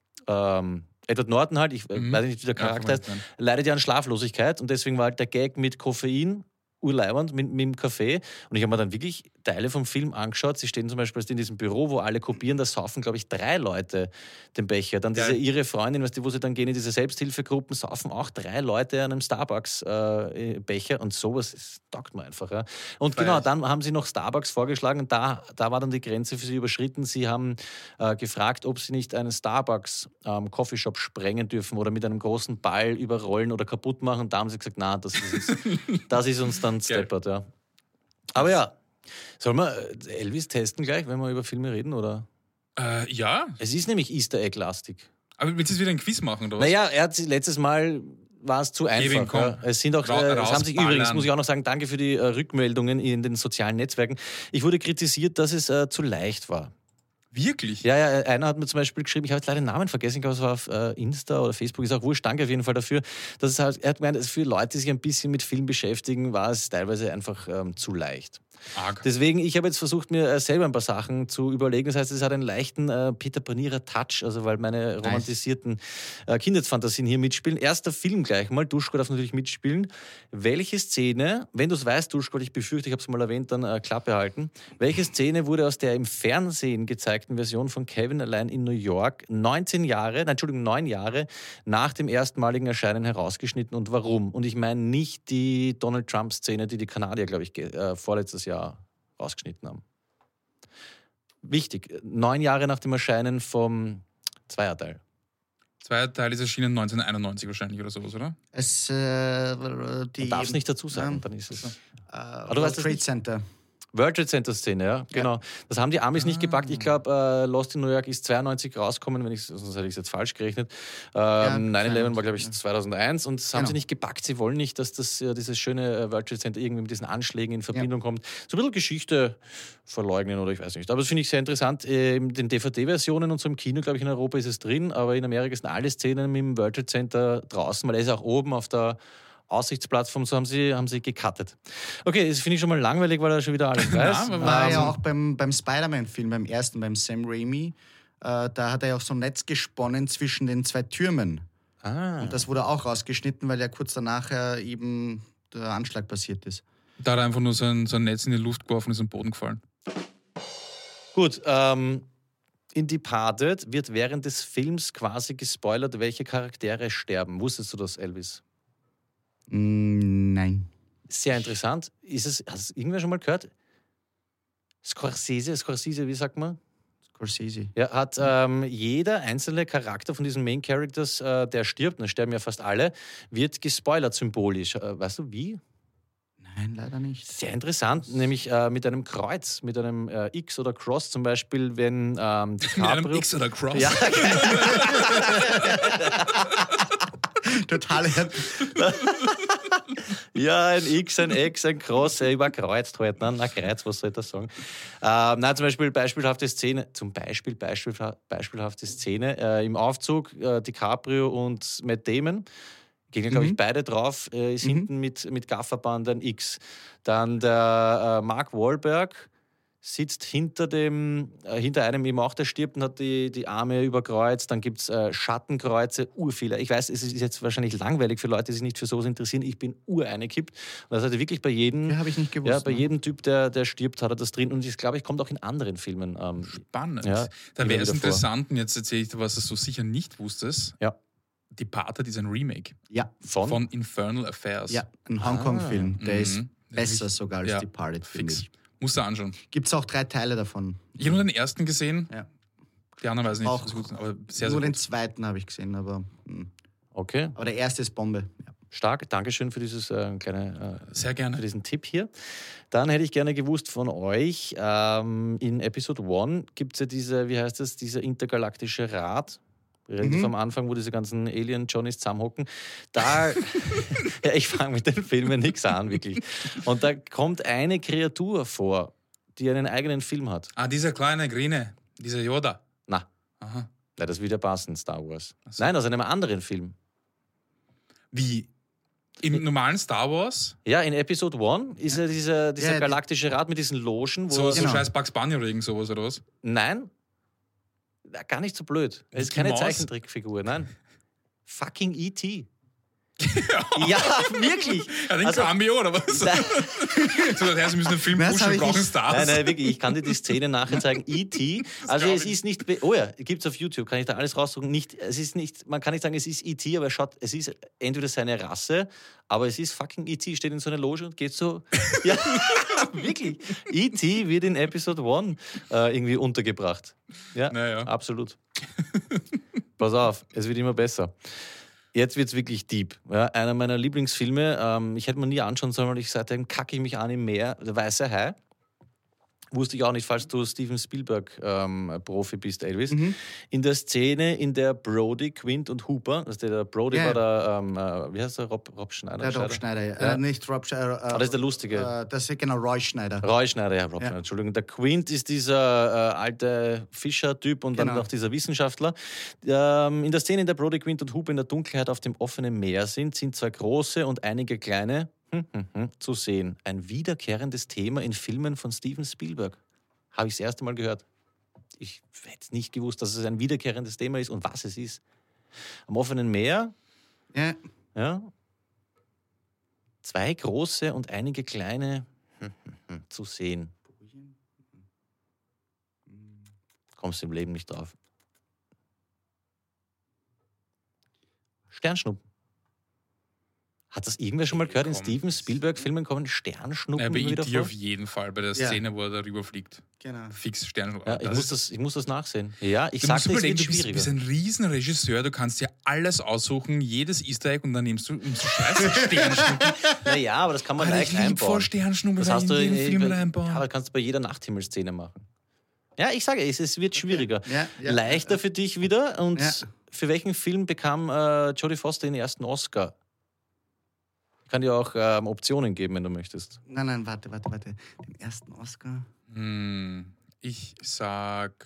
Edward Norton halt, ich weiß nicht, wie der Charakter heißt, leidet ja an Schlaflosigkeit und deswegen war halt der Gag mit Koffein urleibernd mit dem Kaffee. Und ich habe mir dann wirklich Teile vom Film angeschaut. Sie stehen zum Beispiel in diesem Büro, wo alle kopieren, da saufen, glaube ich, 3 Leute den Becher. Dann diese ihre Freundin, wo sie dann gehen in diese Selbsthilfegruppen, saufen auch 3 Leute an einem Starbucks-Becher und sowas, das taugt mir einfach. Ja. Und genau, dann haben sie noch Starbucks vorgeschlagen und da war dann die Grenze für sie überschritten. Sie haben gefragt, ob sie nicht einen Starbucks-Coffeeshop sprengen dürfen oder mit einem großen Ball überrollen oder kaputt machen. Da haben sie gesagt, na, das ist uns dann steppert, ja. Aber ja, sollen wir Elvis testen gleich, wenn wir über Filme reden, oder? Ja. Es ist nämlich Easter Egg-lastig. Aber willst du jetzt wieder ein Quiz machen, oder was? Naja, letztes Mal war es zu einfach. Ja. Es haben sich übrigens, muss ich auch noch sagen, danke für die Rückmeldungen in den sozialen Netzwerken. Ich wurde kritisiert, dass es zu leicht war. Wirklich? Ja, einer hat mir zum Beispiel geschrieben, ich habe jetzt leider den Namen vergessen, ich glaube, es war auf Insta oder Facebook, ist auch wurscht, danke auf jeden Fall dafür. Dass er hat gemeint, für Leute, die sich ein bisschen mit Film beschäftigen, war es teilweise einfach zu leicht. Arg. Deswegen, ich habe jetzt versucht, mir selber ein paar Sachen zu überlegen. Das heißt, es hat einen leichten Peter Panierer-Touch, also weil meine romantisierten Kindheitsfantasien hier mitspielen. Erster Film gleich mal, Duschko darf natürlich mitspielen. Welche Szene, wenn du es weißt, Duschko, ich befürchte, ich habe es mal erwähnt, dann Klappe halten. Welche Szene wurde aus der im Fernsehen gezeigten Version von Kevin allein in New York 9 Jahre nach dem erstmaligen Erscheinen herausgeschnitten und warum? Und ich meine nicht die Donald Trump-Szene, die Kanadier, glaube ich, vorletztes Jahr rausgeschnitten haben. Wichtig, 9 Jahre nach dem Erscheinen vom Zweierteil. Zweierteil ist erschienen 1991 wahrscheinlich oder sowas, oder? Du darfst nicht dazu sagen, dann ist es. World Trade Center. World Trade Center Szene, ja, genau. Das haben die Amis nicht gepackt. Ich glaube, Lost in New York ist 92 rausgekommen, sonst hätte ich es jetzt falsch gerechnet. 9/11 war, glaube ich, 2001 und das haben sie nicht gepackt. Sie wollen nicht, dass dieses schöne World Trade Center irgendwie mit diesen Anschlägen in Verbindung kommt. So ein bisschen Geschichte verleugnen oder ich weiß nicht. Aber das finde ich sehr interessant. In den DVD-Versionen und so im Kino, glaube ich, in Europa ist es drin, aber in Amerika sind alle Szenen mit dem World Trade Center draußen, weil er ist auch oben auf der Aussichtsplattform, so haben sie gecuttet. Okay, das finde ich schon mal langweilig, weil er schon wieder alles weiß. War ja auch beim Spider-Man-Film, beim ersten, beim Sam Raimi, da hat er ja auch so ein Netz gesponnen zwischen den zwei Türmen. Und das wurde auch rausgeschnitten, weil ja kurz danach eben der Anschlag passiert ist. Da hat er einfach nur so ein Netz in die Luft geworfen und ist am Boden gefallen. Gut, in Departed wird während des Films quasi gespoilert, welche Charaktere sterben. Wusstest du das, Elvis? Nein. Sehr interessant. Hast du irgendwer schon mal gehört? Scorsese, wie sagt man? Scorsese. Ja, hat jeder einzelne Charakter von diesen Main Characters, der stirbt, und sterben ja fast alle, wird gespoilert symbolisch. Weißt du wie? Nein, leider nicht. Sehr interessant, nämlich mit einem Kreuz, mit einem X oder Cross zum Beispiel, wenn mit einem X oder Cross? Ja, total. Ja, ein X, ein X, ein Cross, überkreuzt halt. Nein, ein Kreuz, was soll ich da sagen? Nein, zum Beispiel beispielhafte Szene im Aufzug, DiCaprio und Matt Damon. Gehen, glaube ich, beide drauf, ist hinten mit Gafferband ein X. Dann der Mark Wahlberg sitzt hinter einem eben auch, der stirbt und hat die Arme überkreuzt. Dann gibt es Schattenkreuze, urviele. Ich weiß, es ist jetzt wahrscheinlich langweilig für Leute, die sich nicht für sowas interessieren. Ich bin ureingekippt. Und das hat er wirklich bei jedem, habe ich nicht gewusst, ja, bei jedem Typ, der stirbt, hat er das drin. Und ich glaube, ich kommt auch in anderen Filmen. Spannend. Ja, da wäre es interessant, und jetzt erzähle ich dir, was du sicher nicht wusstest. Ja. Departed ist ein Remake. Ja. Von Infernal Affairs. Ja, ein Hongkong-Film. Der ist besser Nämlich, sogar als Departed, finde ich. Musst du anschauen. Gibt es auch 3 Teile davon. Ich habe nur den ersten gesehen. Ja. Die anderen weiß ich nicht. Auch so gut, aber sehr, nur sehr den gut. zweiten habe ich gesehen, aber Okay. aber der erste ist Bombe. Ja. Stark, Dankeschön für dieses Sehr gerne. für diesen Tipp hier. Dann hätte ich gerne gewusst von euch, in Episode 1 gibt es ja dieser intergalaktische Rat, relativ am Anfang, wo diese ganzen Alien-Johnnies zusammenhocken. Da, ja, ich fange mit den Filmen nichts an, wirklich. Und da kommt eine Kreatur vor, die einen eigenen Film hat. Dieser kleine Grüne, dieser Yoda. Na, Aha. ja, das würde passen, Star Wars. so. Nein, aus einem anderen Film. Wie? Im normalen Star Wars? Ja, in Episode 1 ist ja dieser galaktische Rat mit diesen Logen. Wo So scheiß Bugs Bunny oder irgend sowas, oder was? Nein, gar nicht so blöd. Es ist keine Maus? Zeichentrickfigur, nein. Fucking E.T. Ja, wirklich. Ja, den Cameo, oder was? Nein, So, das heißt, wir müssen einen Film Das pushen, hab wir ich brauchen nicht- Stars. nein, wirklich, ich kann dir die Szene nachher zeigen. E.T. Also glaub es ich. ist nicht, oh ja, gibt es auf YouTube, kann ich da alles raussuchen. Es ist nicht, man kann nicht sagen, es ist E.T., aber es ist entweder seine Rasse, aber es ist fucking E.T., steht in so einer Loge und geht so, ja, wirklich. E.T. wird in Episode 1 irgendwie untergebracht. Ja, Naja. absolut. Pass auf, es wird immer besser. Jetzt wird es wirklich deep. Ja, einer meiner Lieblingsfilme, ich hätte mir nie anschauen sollen, weil ich seitdem kacke ich mich an im Meer, der weiße Hai. Wusste ich auch nicht, falls du Steven Spielberg-Profi bist, Elvis. In der Szene, in der Brody, Quint und Hooper, also der Brody Ja. war der, wie heißt der, Rob Schneider? Der Rob Schneider. Ja. Nicht Rob Schneider. Das ist der Lustige. Das ist genau Roy Schneider. Roy Schneider, ja, Rob Schneider, Entschuldigung. Der Quint ist dieser alte Fischer-Typ und dann Genau. noch dieser Wissenschaftler. In der Szene, in der Brody, Quint und Hooper in der Dunkelheit auf dem offenen Meer sind 2 große und einige kleine zu sehen. Ein wiederkehrendes Thema in Filmen von Steven Spielberg. Habe ich das erste Mal gehört. Ich hätte nicht gewusst, dass es ein wiederkehrendes Thema ist und was es ist. Am offenen Meer, Ja. ja, 2 große und einige kleine zu sehen. Kommst du im Leben nicht drauf. Sternschnuppen. Hat das irgendwer schon mal gehört? In Steven Spielberg-Filmen kommen Sternschnuppen Bei immer wieder E.T. vor? auf jeden Fall, bei der Szene, wo er darüber fliegt. Genau. Fix Sternschnuppen. Ja, ich muss das nachsehen. Ja, ich Du sagte, musst es überlegen, wird du schwieriger. bist ein Riesenregisseur, du kannst dir alles aussuchen, jedes Easter Egg und dann nimmst du so scheiße Sternschnuppen. Naja, aber das kann man Alter, leicht ich lieb einbauen. vor Sternschnuppen, Das wenn hast ich du in jeden Film reinbauen. Ja, aber kannst du bei jeder Nachthimmel-Szene machen. Ja, ich sage, es wird schwieriger. Ja, ja, Leichter für dich wieder. Und Ja. für welchen Film bekam Jodie Foster den ersten Oscar? Ich kann dir auch Optionen geben, wenn du möchtest. Nein, warte. Den ersten Oscar. Ich sag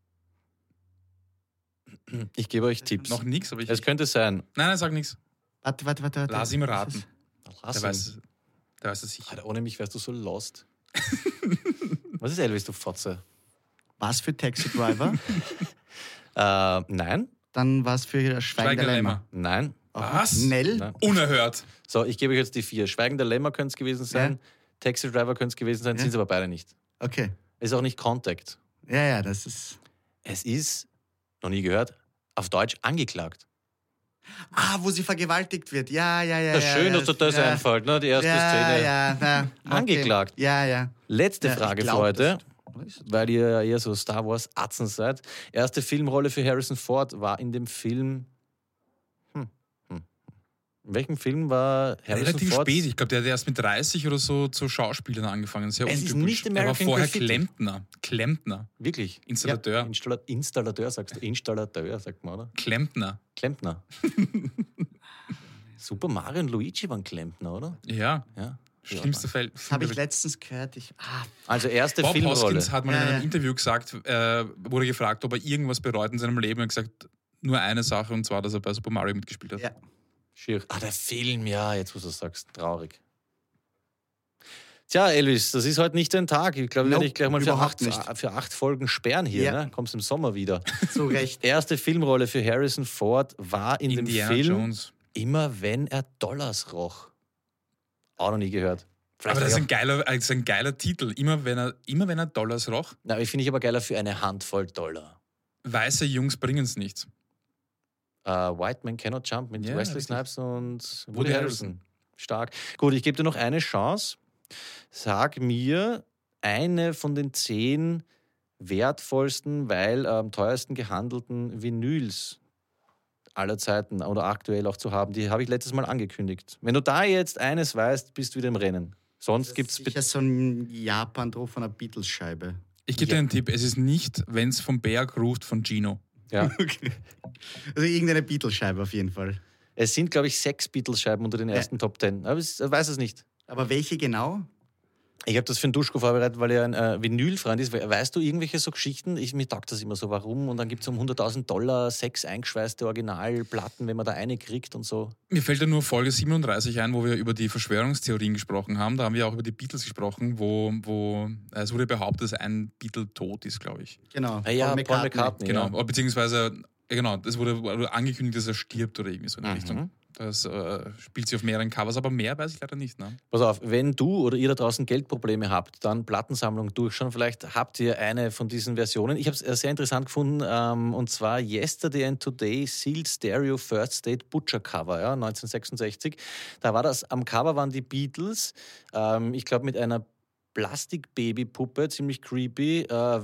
Ich gebe euch Tipps. noch nichts, aber ich. Es könnte sein. Nein, sag nichts. Warte. Lass ihm raten. Lass Der ihn. weiß es sicher. Alter, ohne mich wärst du so lost. Was ist Elvis, du Fotze? Was für Taxi Driver? Nein. Dann was für Schweigen der Lämmer. Nein. Was? Nell? Nein. Unerhört. So, ich gebe euch jetzt die 4. Schweigender Lämmer könnte es gewesen sein. Ja. Taxi Driver könnte es gewesen sein, Ja. sind es aber beide nicht. Okay. Ist auch nicht Contact. Ja, das ist. Es ist, noch nie gehört, auf Deutsch angeklagt. Wo sie vergewaltigt wird. Ja. Schön, dass dir das einfällt, ne? Die erste Szene. Ja. Okay. Angeklagt. Ja. Letzte Ja, ich Frage für glaub, heute, das- weil ihr ja eher so Star Wars-Atzen seid. Erste Filmrolle für Harrison Ford war in dem Film. In welchem Film war Harrison Relativ Ford? spät. Ich glaube, der hat erst mit 30 oder so zu Schauspielern angefangen. Sehr Es ist untypisch. nicht Er war American vorher Graffiti. Klempner. Wirklich? Installateur. Ja, Installateur, sagst du. Installateur, sagt man, oder? Klempner. Klempner. Super Mario und Luigi waren Klempner, oder? Ja. Ja. Schlimmste Fall. Das habe ich letztens gehört. Also erste Bob Filmrolle. Hoskins hat mal in Ja, einem ja. Interview gesagt, wurde gefragt, ob er irgendwas bereut in seinem Leben. Er hat gesagt, nur eine Sache, und zwar, dass er bei Super Mario mitgespielt hat. Ja. Schier. Der Film, ja, jetzt wo du es sagst. Traurig. Tja, Elvis, das ist heute nicht dein Tag. Ich glaube, Nope, werde ich gleich mal überhaupt für 8 Folgen sperren hier. Ja. Ne? Kommst im Sommer wieder. Zu Recht. Erste Filmrolle für Harrison Ford war in Indiana dem Film Jones. Immer wenn er Dollars roch. Auch noch nie gehört. Aber das ist ein geiler Titel. Immer wenn er Dollars roch. Na, ich finde ich aber geiler für eine Handvoll Dollar. Weiße Jungs bringen es nicht. White Man Cannot Jump mit Ja, Wesley richtig. Snipes und Woody Woody Harrelson. Stark. Gut, ich gebe dir noch eine Chance. Sag mir eine von den 10 wertvollsten, weil am teuersten gehandelten Vinyls aller Zeiten oder aktuell auch zu haben. Die habe ich letztes Mal angekündigt. Wenn du da jetzt eines weißt, bist du wieder im Rennen. Sonst gibt es Sicher so ein Japan-Druck von einer Beatles-Scheibe. Ich gebe dir einen Tipp. Es ist nicht, wenn es vom Berg ruft, von Gino. ja. Okay. Also irgendeine Beatles-Scheibe auf jeden Fall. Es sind, glaube ich, 6 Beatles-Scheiben unter den ersten Top 10. Aber ich weiß es nicht. Aber welche genau? Ich habe das für den Duschko vorbereitet, weil er ein Vinylfreund ist. Weißt du irgendwelche so Geschichten? Mir taugt das immer so, warum? Und dann gibt es um $100.000 6 eingeschweißte Originalplatten, wenn man da eine kriegt und so. Mir fällt ja nur Folge 37 ein, wo wir über die Verschwörungstheorien gesprochen haben. Da haben wir auch über die Beatles gesprochen, wo es wurde behauptet, dass ein Beatle tot ist, glaube ich. Genau. Ja, Paul McCartney. Genau. Ja. Beziehungsweise, es wurde angekündigt, dass er stirbt oder irgendwie so in der Richtung. Das spielt sie auf mehreren Covers, aber mehr weiß ich leider nicht. Ne? Pass auf, wenn du oder ihr da draußen Geldprobleme habt, dann Plattensammlung durchschauen. Vielleicht habt ihr eine von diesen Versionen. Ich habe es sehr interessant gefunden, und zwar Yesterday and Today Sealed Stereo First State Butcher Cover, ja, 1966. Da war das, am Cover waren die Beatles, ich glaube mit einer Plastikbabypuppe, ziemlich creepy,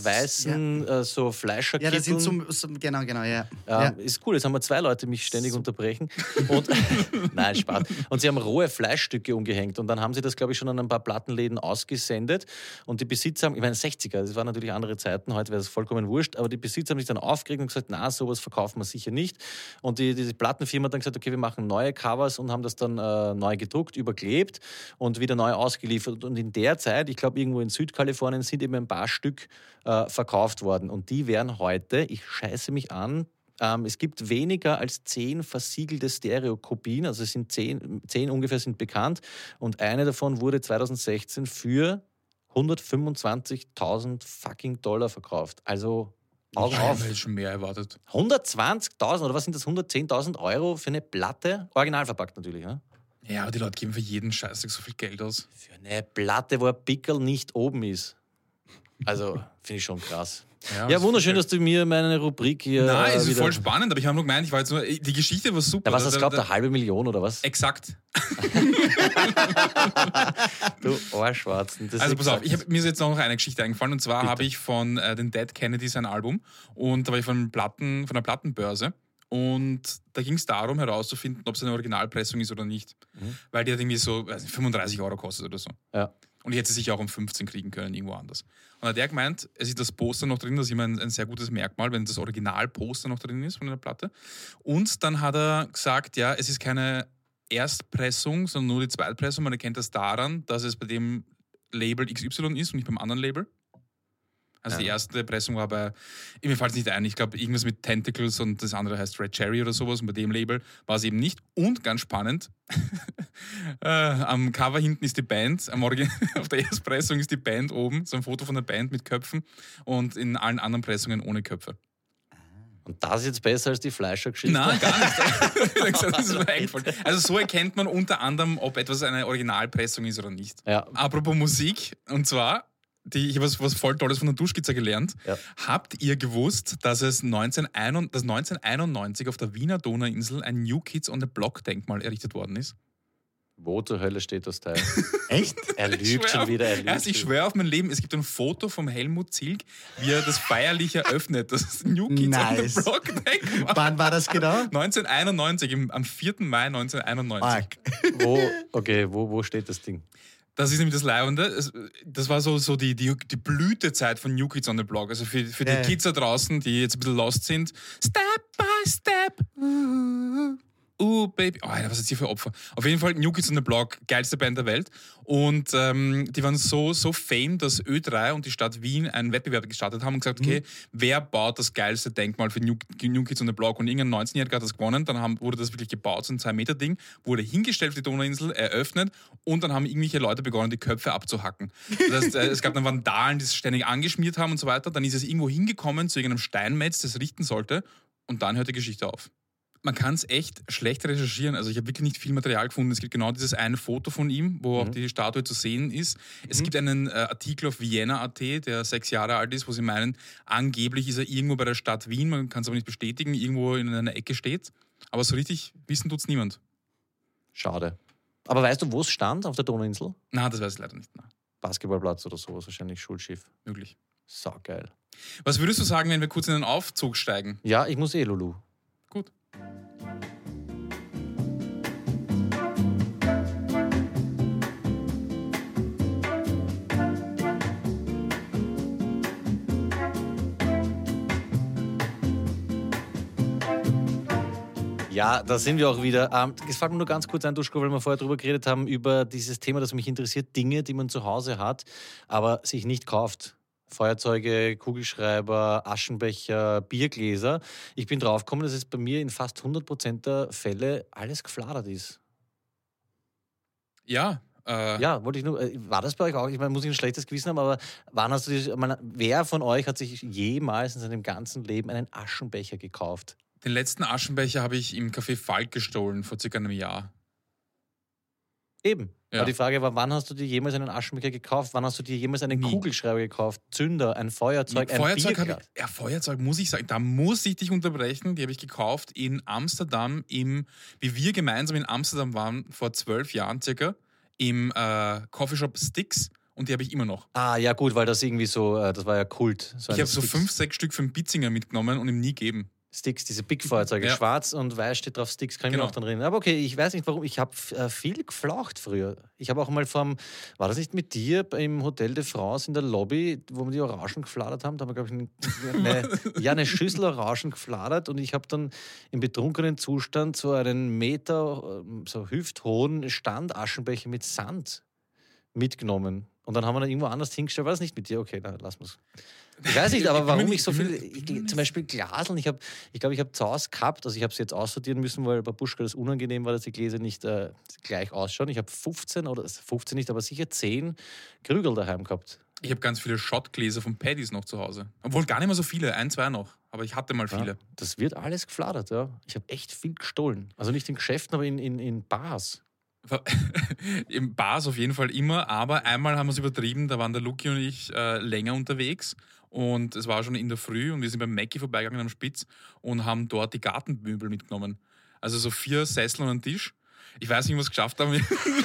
weißen so Fleischerkitteln. Ja, das sind so genau, ja. Ist cool, jetzt haben wir 2 Leute mich ständig unterbrechen. Und, nein, Spaß. Und sie haben rohe Fleischstücke umgehängt und dann haben sie das, glaube ich, schon an ein paar Plattenläden ausgesendet und die Besitzer haben, ich meine 60er, das waren natürlich andere Zeiten, heute wäre es vollkommen wurscht, aber die Besitzer haben sich dann aufgeregt und gesagt, na, sowas verkaufen wir sicher nicht. Und diese Plattenfirma hat dann gesagt, okay, wir machen neue Covers und haben das dann neu gedruckt, überklebt und wieder neu ausgeliefert. Und in der Zeit, ich glaube, irgendwo in Südkalifornien sind eben ein paar Stück verkauft worden. Und die wären heute, ich scheiße mich an, es gibt weniger als 10 versiegelte Stereokopien, also es sind 10 ungefähr sind bekannt. Und eine davon wurde 2016 für 125.000 fucking Dollar verkauft. Also Augen Ich auf. hätte schon mehr erwartet. 120.000 oder was sind das? 110.000 Euro für eine Platte? Original verpackt natürlich, ne? Ja, aber die Leute geben für jeden Scheißdreck so viel Geld aus. Für eine Platte, wo ein Pickel nicht oben ist. Also, finde ich schon krass. Ja, Ja, wunderschön, dass du mir meine Rubrik hier. Nein, es ist wieder. voll spannend, aber ich habe nur gemeint, die Geschichte war super. Ja, was hast du glaubt, 500.000 oder was? Exakt. Du Arschwarzen. Das Also ist pass auf, exakt. mir ist jetzt noch eine Geschichte eingefallen, und zwar Bitte. habe ich von den Dead Kennedys ein Album, und da war ich von einer Plattenbörse, und da ging es darum herauszufinden, ob es eine Originalpressung ist oder nicht. Weil die hat irgendwie so 35 Euro kostet oder so. Ja. Und ich hätte sie sicher auch um 15 kriegen können, irgendwo anders. Und da hat der gemeint, es ist das Poster noch drin, das ist immer ein sehr gutes Merkmal, wenn das Originalposter noch drin ist von einer Platte. Und dann hat er gesagt, ja, es ist keine Erstpressung, sondern nur die Zweitpressung. Man erkennt das daran, dass es bei dem Label XY ist und nicht beim anderen Label. Also die erste Pressung war mir fällt es nicht ein, ich glaube irgendwas mit Tentacles und das andere heißt Red Cherry oder sowas, und bei dem Label war es eben nicht. Und ganz spannend, am Cover hinten ist die Band, auf der Erstpressung ist die Band oben, so ein Foto von der Band mit Köpfen, und in allen anderen Pressungen ohne Köpfe. Und das ist jetzt besser als die Fleischer-Geschichte? Nein, gar nicht. Das ist mir eingefallen. Also so erkennt man unter anderem, ob etwas eine Originalpressung ist oder nicht. Ja. Apropos Musik, und zwar, ich habe was voll Tolles von der Duschskizze gelernt. Ja. Habt ihr gewusst, dass 1991 auf der Wiener Donauinsel ein New Kids on the Block Denkmal errichtet worden ist? Wo zur Hölle steht das Teil? Echt? Er lügt schon wieder. Ich schwöre auf mein Leben, es gibt ein Foto vom Helmut Zilk, wie er das feierlich eröffnet. Das ist New Kids on the Block Denkmal. Wann war das genau? 1991, am 4. Mai 1991. Wo steht das Ding? Das ist nämlich das Leibende. Das war so die Blütezeit von New Kids on the Block. Also für die Kids da draußen, die jetzt ein bisschen lost sind. Step by step. Baby. Oh, was ist hier für Opfer? Auf jeden Fall New Kids on the Block, geilste Band der Welt. Und die waren so fame, dass Ö3 und die Stadt Wien einen Wettbewerb gestartet haben und gesagt, okay, wer baut das geilste Denkmal für New Kids on the Block? Und irgendein 19-Jähriger hat das gewonnen. Dann wurde das wirklich gebaut, so ein 2-Meter-Ding, wurde hingestellt auf die Donauinsel, eröffnet, und dann haben irgendwelche Leute begonnen, die Köpfe abzuhacken. Das heißt, es gab dann Vandalen, die es ständig angeschmiert haben und so weiter. Dann ist es irgendwo hingekommen zu irgendeinem Steinmetz, das richten sollte, und dann hört die Geschichte auf. Man kann es echt schlecht recherchieren. Also ich habe wirklich nicht viel Material gefunden. Es gibt genau dieses eine Foto von ihm, wo auch die Statue zu sehen ist. Es gibt einen Artikel auf Vienna.at, der 6 Jahre alt ist, wo sie meinen, angeblich ist er irgendwo bei der Stadt Wien, man kann es aber nicht bestätigen, irgendwo in einer Ecke steht. Aber so richtig wissen tut es niemand. Schade. Aber weißt du, wo es stand auf der Donauinsel? Na, das weiß ich leider nicht. Na, Basketballplatz oder sowas, wahrscheinlich Schulschiff. möglich. Saugeil. Was würdest du sagen, wenn wir kurz in den Aufzug steigen? Ja, ich muss Lulu. Gut. Ja, da sind wir auch wieder. Es fällt mir nur ganz kurz ein, Duschko, weil wir vorher darüber geredet haben, über dieses Thema, das mich interessiert, Dinge, die man zu Hause hat, aber sich nicht kauft. Feuerzeuge, Kugelschreiber, Aschenbecher, Biergläser. Ich bin draufgekommen, dass es bei mir in fast 100% der Fälle alles gefladert ist. Ja. Ja, wollte ich nur. War das bei euch auch? Ich meine, muss ich ein schlechtes Gewissen haben, aber wer von euch hat sich jemals in seinem ganzen Leben einen Aschenbecher gekauft? Den letzten Aschenbecher habe ich im Café Falk gestohlen, vor circa einem Jahr. Eben. Ja. Aber die Frage war, wann hast du dir jemals einen Aschenbecher gekauft? Wann hast du dir jemals einen Nie. Kugelschreiber gekauft? Zünder, ein Feuerzeug, ein Bierglas? Feuerzeug muss ich sagen, da muss ich dich unterbrechen. Die habe ich gekauft in Amsterdam, wie wir gemeinsam in Amsterdam waren, vor 12 Jahren circa, im Coffeeshop Sticks, und die habe ich immer noch. Ah, ja gut, weil das irgendwie so, das war ja Kult. Ich habe so 5, 6 Stück für einen Bitzinger mitgenommen und ihm nie gegeben. Sticks, diese Big-Feuerzeuge, Ja. schwarz und weiß steht drauf Sticks, kann ich mir Genau. auch dran erinnern. Aber okay, ich weiß nicht warum, ich habe viel geflaucht früher. Ich habe auch mal war das nicht mit dir im Hotel de France in der Lobby, wo wir die Orangen gefladert haben? Da haben wir, glaube ich, eine Schüssel Orangen gefladert, und ich habe dann im betrunkenen Zustand so einen Meter, so hüfthohen Standaschenbecher mit Sand mitgenommen. Und dann haben wir dann irgendwo anders hingestellt. War das nicht mit dir? Okay, dann lassen wir es. Ich weiß nicht, aber warum ich so viel, zum Beispiel Glaseln, ich glaube, ich habe zu Hause gehabt, also ich habe es jetzt aussortieren müssen, weil bei Buschka das unangenehm war, dass die Gläser nicht gleich ausschauen. Ich habe 15 nicht, aber sicher 10 Krügel daheim gehabt. Ich habe ganz viele Schottgläser von Paddy's noch zu Hause. Obwohl gar nicht mehr so viele, 1, 2 noch. Aber ich hatte mal viele. Ja, das wird alles gefladert, ja. Ich habe echt viel gestohlen. Also nicht in Geschäften, aber in Bars. Im Bars auf jeden Fall immer, aber einmal haben wir es übertrieben, da waren der Luki und ich länger unterwegs und es war schon in der Früh und wir sind beim Mackie vorbeigegangen am Spitz und haben dort die Gartenmöbel mitgenommen. Also so 4 Sessel und einen Tisch. Ich weiß nicht, was wir geschafft haben.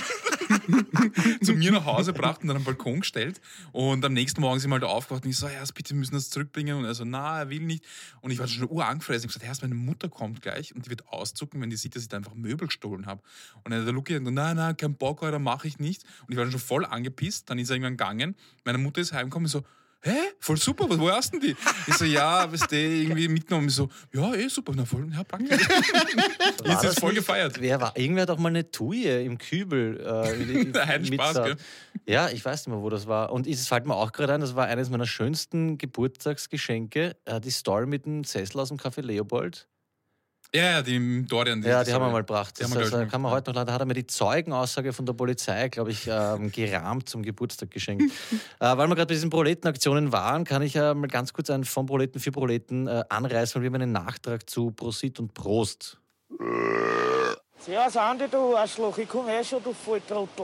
Zu mir nach Hause gebracht und dann am Balkon gestellt. Und am nächsten Morgen sind wir halt aufgewacht und ich so, Herr, bitte, wir müssen das zurückbringen. Und er so, na, er will nicht. Und ich war schon urangefressen und gesagt, Herr, meine Mutter kommt gleich und die wird auszucken, wenn die sieht, dass ich da einfach Möbel gestohlen habe. Und dann hat der Luki gesagt, nein, kein Bock, Alter, mache ich nicht. Und ich war schon voll angepisst. Dann ist er irgendwann gegangen. Meine Mutter ist heimgekommen und so, hä? Voll super, wo hast denn die? Ich so, ja, weißt du, irgendwie mitgenommen. Ich so, ja, super, na voll, ja, danke. Jetzt ist voll gefeiert. Irgendwer hat auch mal eine Tuje im Kübel. Der Heidenspaß, gell? Ja, ich weiß nicht mehr, wo das war. Und es fällt mir auch gerade ein, das war eines meiner schönsten Geburtstagsgeschenke. Die Story mit dem Sessel aus dem Café Leopold. Ja, die im Dorian. Ja, die haben wir mal gebracht. Das kann man heute noch, da hat er mir die Zeugenaussage von der Polizei, glaube ich, gerahmt zum Geburtstag geschenkt. Weil wir gerade bei diesen Proletenaktionen waren, kann ich mal ganz kurz einen von Proleten für Proleten anreißen, weil wir haben einen Nachtrag zu Prosit und Prost. Servus Andi, du Arschloch, ich komme schon, du Volltrottel.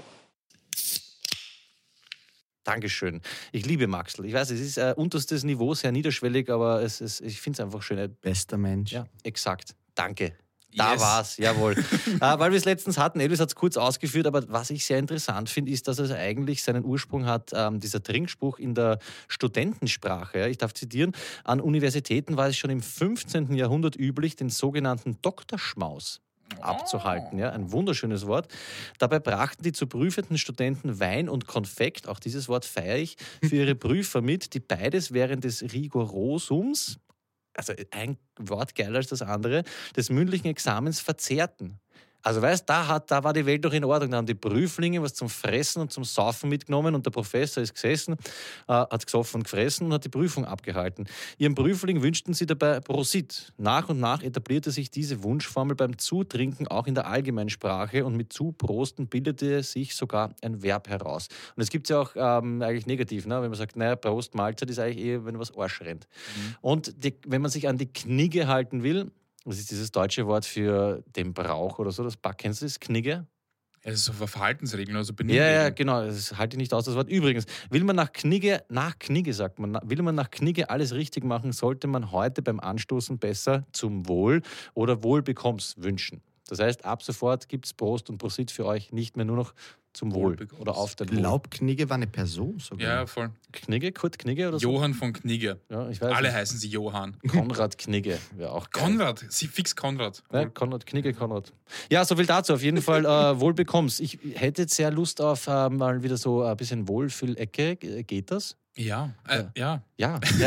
Dankeschön. Ich liebe Maxl. Ich weiß, es ist unterstes Niveau, sehr niederschwellig, aber ich finde es einfach schön. Bester Mensch. Ja, exakt. Danke. Da Yes. war's, jawohl. Weil wir es letztens hatten, Elvis hat es kurz ausgeführt, aber was ich sehr interessant finde, ist, dass es eigentlich seinen Ursprung hat, dieser Trinkspruch in der Studentensprache. Ja. Ich darf zitieren, an Universitäten war es schon im 15. Jahrhundert üblich, den sogenannten Doktorschmaus abzuhalten. Ja, ein wunderschönes Wort. Dabei brachten die zu prüfenden Studenten Wein und Konfekt, auch dieses Wort feiere ich, für ihre Prüfer mit, die beides während des Rigorosums, also ein Wort geiler als das andere, des mündlichen Examens verzehrten. Also weißt, da war die Welt doch in Ordnung. Da haben die Prüflinge was zum Fressen und zum Saufen mitgenommen und der Professor ist gesessen, hat gesoffen und gefressen und hat die Prüfung abgehalten. Ihrem Prüfling wünschten sie dabei Prosit. Nach und nach etablierte sich diese Wunschformel beim Zutrinken auch in der Allgemeinsprache und mit Zuprosten bildete sich sogar ein Verb heraus. Und es gibt es ja auch eigentlich negativ, ne? Wenn man sagt, naja, Prost, Mahlzeit ist eigentlich eher, wenn was Arsch rennt. Und wenn man sich an die Knigge halten will, das ist dieses deutsche Wort für den Brauch oder so, kennst du das, Knigge? Es ist so Verhaltensregeln, also Ja, Benimmregeln. genau, das halte ich nicht aus, das Wort. Übrigens, will man nach Knigge sagt man, will man nach Knigge alles richtig machen, sollte man heute beim Anstoßen besser zum Wohl oder Wohlbekommst wünschen. Das heißt, ab sofort gibt es Prost und Prosit für euch nicht mehr nur noch zum Wohl Wohlbekommst. oder auf den Ich Wohl. glaube, Knigge war eine Person sogar. Ja, voll. Knigge, Kurt Knigge oder so? Johann von Knigge. Ja, ich weiß Alle nicht. heißen sie Johann. Konrad Knigge wäre auch geil. Konrad, sie fix Konrad. Ja, Konrad, Knigge, Konrad. Ja, so viel dazu. Auf jeden Fall Wohlbekommst. Ich hätte jetzt sehr Lust auf mal wieder so ein bisschen Wohlfühlecke. Geht das? Ja, ja. Ja. ja. Ich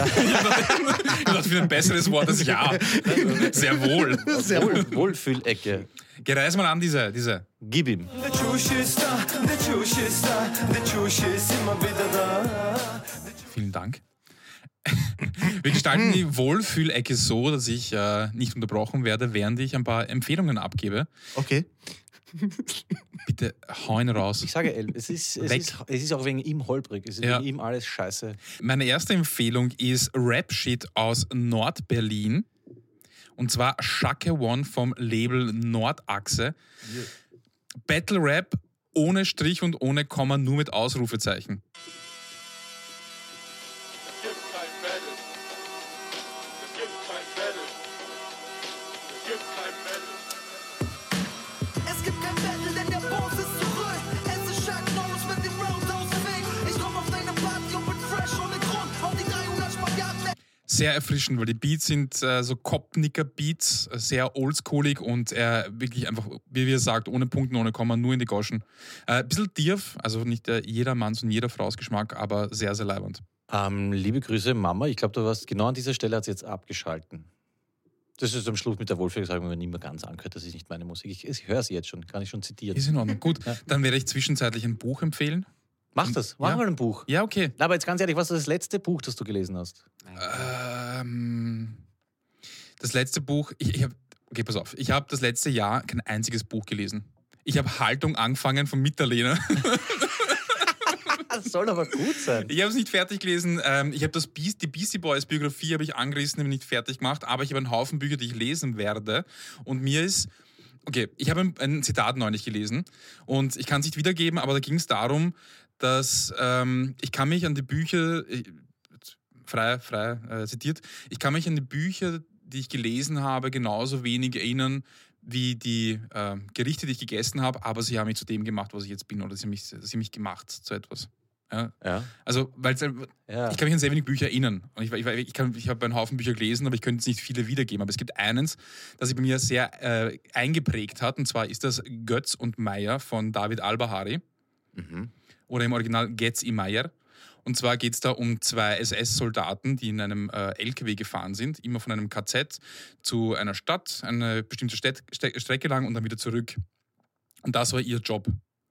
dachte, wieder ein besseres Wort als ja. Sehr wohl. Wohlfühlecke. Geh reiß mal an, diese. Gib ihm. Der Tschusch ist da, der Tschusch ist da, der Tschusch ist immer wieder da. Vielen Dank. Wir gestalten die Wohlfühlecke so, dass ich nicht unterbrochen werde, während ich ein paar Empfehlungen abgebe. Okay. Bitte hau ihn raus. Ich sage, es ist auch wegen ihm holprig. Es ist Ja. wegen ihm alles scheiße. Meine erste Empfehlung ist Rap-Shit aus Nordberlin. Und zwar Shake One vom Label Nordachse. Battle Rap ohne Strich und ohne Komma, nur mit Ausrufezeichen. Es gibt kein Battle, denn der Boss ist zurück. Es ist Chuck Norris mit dem Roundhouse-Fick. Ich komm auf deine Party und bin fresh ohne Grund. Auf die 300 Spagat. Sehr erfrischend, weil die Beats sind so Kopfnicker-Beats, sehr oldschoolig und wirklich einfach, wie wir sagt, ohne Punkten, ohne Komma, nur in die Goschen. Ein bisschen tief, also nicht jedermanns und jeder Fraus Geschmack, aber sehr, sehr leibend. Liebe Grüße, Mama. Ich glaube, du warst genau an dieser Stelle, hat sie jetzt abgeschalten. Das ist am Schluss mit der Wohlfühlsagung, wenn man nicht mehr ganz angehört. Das ist nicht meine Musik. Ich höre sie jetzt schon, kann ich schon zitieren. Ist in Ordnung. Gut, dann werde ich zwischenzeitlich ein Buch empfehlen. Mach das, mach Ja. mal ein Buch. Ja, okay. Na, aber jetzt ganz ehrlich, was ist das letzte Buch, das du gelesen hast? Das letzte Buch, okay, pass auf. Ich habe das letzte Jahr kein einziges Buch gelesen. Ich habe Haltung angefangen von Mitterlehner. Das soll aber gut sein. Ich habe es nicht fertig gelesen. Ich habe die Beastie Boys Biografie habe ich angerissen, habe nicht fertig gemacht, aber ich habe einen Haufen Bücher, die ich lesen werde. Und mir ist Okay, ich habe ein Zitat neulich gelesen und ich kann es nicht wiedergeben, aber da ging es darum, dass ich kann mich an die Bücher, frei zitiert, ich kann mich an die Bücher, die ich gelesen habe, genauso wenig erinnern wie die Gerichte, die ich gegessen habe, aber sie haben mich zu dem gemacht, was ich jetzt bin, oder sie haben mich gemacht zu etwas. Ja. Ja. Also, weil Ja. ich kann mich an sehr wenig Bücher erinnern. Und ich habe einen Haufen Bücher gelesen, aber ich könnte jetzt nicht viele wiedergeben. Aber es gibt eines, das sich bei mir sehr eingeprägt hat, und zwar ist das Götz und Meyer von David Al-Bahari. Oder im Original Getz i Meyer. Und zwar geht es da um 2 SS-Soldaten, die in einem LKW gefahren sind, immer von einem KZ zu einer Stadt, eine bestimmte Strecke lang und dann wieder zurück. Und das war ihr Job.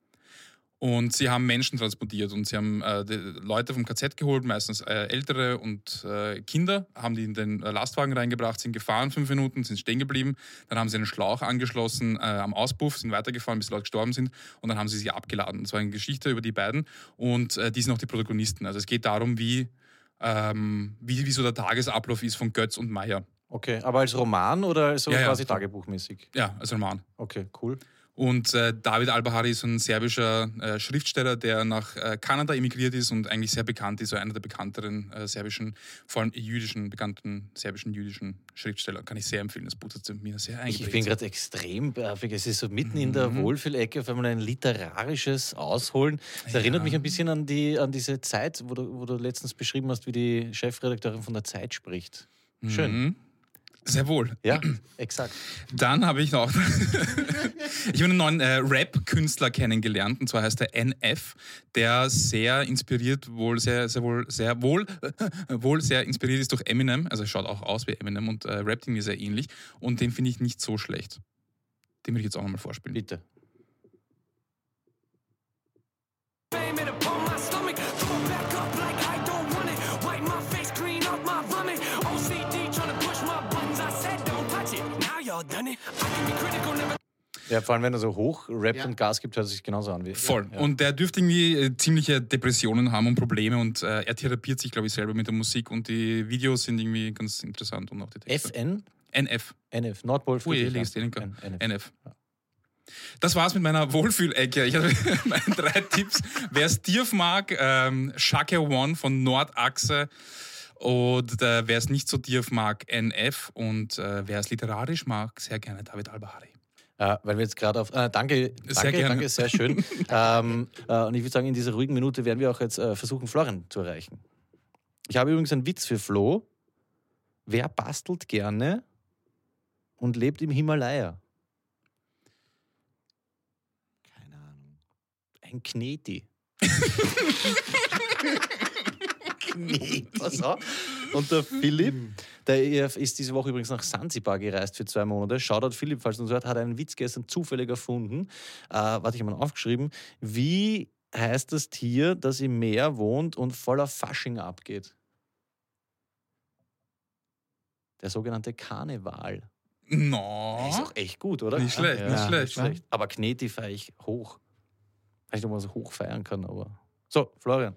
Und sie haben Menschen transportiert und sie haben Leute vom KZ geholt, meistens Ältere und Kinder, haben die in den Lastwagen reingebracht, sind gefahren 5 Minuten, sind stehen geblieben, dann haben sie einen Schlauch angeschlossen am Auspuff, sind weitergefahren, bis die Leute gestorben sind und dann haben sie abgeladen. Das war eine Geschichte über die beiden und die sind auch die Protagonisten. Also es geht darum, wie so der Tagesablauf ist von Götz und Meyer. Okay, aber als Roman oder so Ja, quasi so. tagebuchmäßig? Ja, als Roman. Okay, cool. Und David Al-Bahari ist ein serbischer Schriftsteller, der nach Kanada emigriert ist und eigentlich sehr bekannt ist, so einer der bekannteren serbischen, vor allem bekannten serbischen jüdischen Schriftsteller. Kann ich sehr empfehlen. Das Buch hat mir sehr eingeprägt. Ich bin gerade extrem baffig. Es ist so mitten in der Wohlfühlecke, auf einmal ein literarisches Ausholen. Das erinnert mich ein bisschen an diese Zeit, wo du letztens beschrieben hast, wie die Chefredakteurin von der Zeit spricht. Schön. Mhm. Sehr wohl. Ja, exakt. Dann habe ich noch ich habe einen neuen Rap-Künstler kennengelernt, und zwar heißt er NF, der sehr inspiriert, wohl sehr inspiriert ist durch Eminem, also schaut auch aus wie Eminem und rappt irgendwie sehr ähnlich, und den finde ich nicht so schlecht. Den will ich jetzt auch nochmal vorspielen. Bitte. Fame it upon my stomach, throw it back up like I don't want it. Wipe my face, clean up my vomit. OCD trying to push my buttons. I said don't touch it. Now y'all done it. I can be critical, never. Ja, vor allem, wenn er so hoch rappt Ja. und Gas gibt, hört es sich genauso an wie. Voll. Ja. Und der dürfte irgendwie ziemliche Depressionen haben und Probleme, und er therapiert sich, glaube ich, selber mit der Musik, und die Videos sind irgendwie ganz interessant und auch die Texte. FN? NF. NF, Nordpol Ui, Legastheniker. NF. Das war's mit meiner Wohlfühlecke. Ich habe meine 3 Tipps. Wer es tief mag, Shaka One von Nordachse. Und wer es nicht so tief mag, NF. Und wer es literarisch mag, sehr gerne David Al-Bahari. Weil wir jetzt gerade auf. Danke, gerne. sehr schön. Und ich würde sagen, in dieser ruhigen Minute werden wir auch jetzt versuchen, Florian zu erreichen. Ich habe übrigens einen Witz für Flo. Wer bastelt gerne und lebt im Himalaya? Keine Ahnung. Ein Kneti. Kneti. Pass auf. Und der Philipp, der ist diese Woche übrigens nach Sansibar gereist für 2 Monate. Shoutout Philipp, falls du uns hört, hat einen Witz gestern zufällig erfunden. Warte, ich habe mal aufgeschrieben. Wie heißt das Tier, das im Meer wohnt und voller Fasching abgeht? Der sogenannte Karneval. No. Ist auch echt gut, oder? Nicht schlecht, nicht schlecht. Aber Kneti feiere ich hoch. Weiß nicht, ob man so hoch feiern kann, aber. So, Florian.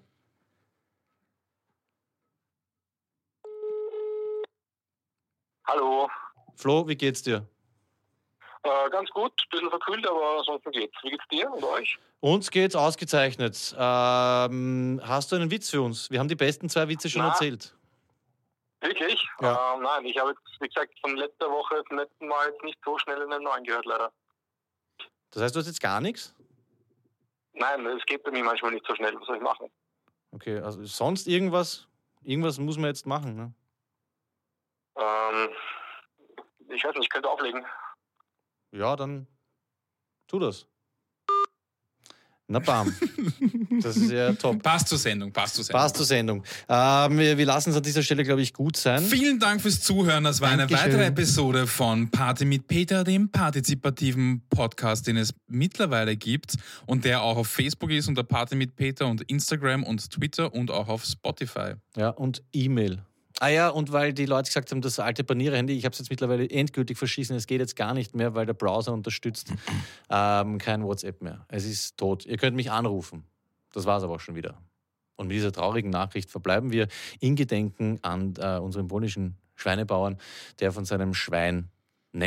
Hallo. Flo, wie geht's dir? Ganz gut, ein bisschen verkühlt, aber ansonsten geht's. Wie geht's dir und euch? Uns geht's ausgezeichnet. Hast du einen Witz für uns? Wir haben die besten 2 Witze schon Na. erzählt. Wirklich? Ja. Nein, ich habe jetzt, wie gesagt, von letzter Woche zum letzten Mal jetzt nicht so schnell in den neuen gehört, leider. Das heißt, du hast jetzt gar nichts? Nein, es geht bei mir manchmal nicht so schnell. Was soll ich machen? Okay, also sonst irgendwas? Irgendwas muss man jetzt machen, ne? Ich weiß nicht, ich könnte auflegen. Ja, dann tu das. Na bam. Das ist ja top. Passt zur Sendung. Passt zur Sendung. Wir lassen es an dieser Stelle, glaube ich, gut sein. Vielen Dank fürs Zuhören. Das war Dankeschön. eine weitere Episode von Party mit Peter, dem partizipativen Podcast, den es mittlerweile gibt und der auch auf Facebook ist unter Party mit Peter und Instagram und Twitter und auch auf Spotify. Ja, und E-Mail. Ah ja, und weil die Leute gesagt haben, das alte Panierer-Handy, ich habe es jetzt mittlerweile endgültig verschissen, es geht jetzt gar nicht mehr, weil der Browser unterstützt kein WhatsApp mehr. Es ist tot. Ihr könnt mich anrufen. Das war es aber auch schon wieder. Und mit dieser traurigen Nachricht verbleiben wir in Gedenken an unseren polnischen Schweinebauern, der von seinem Schwein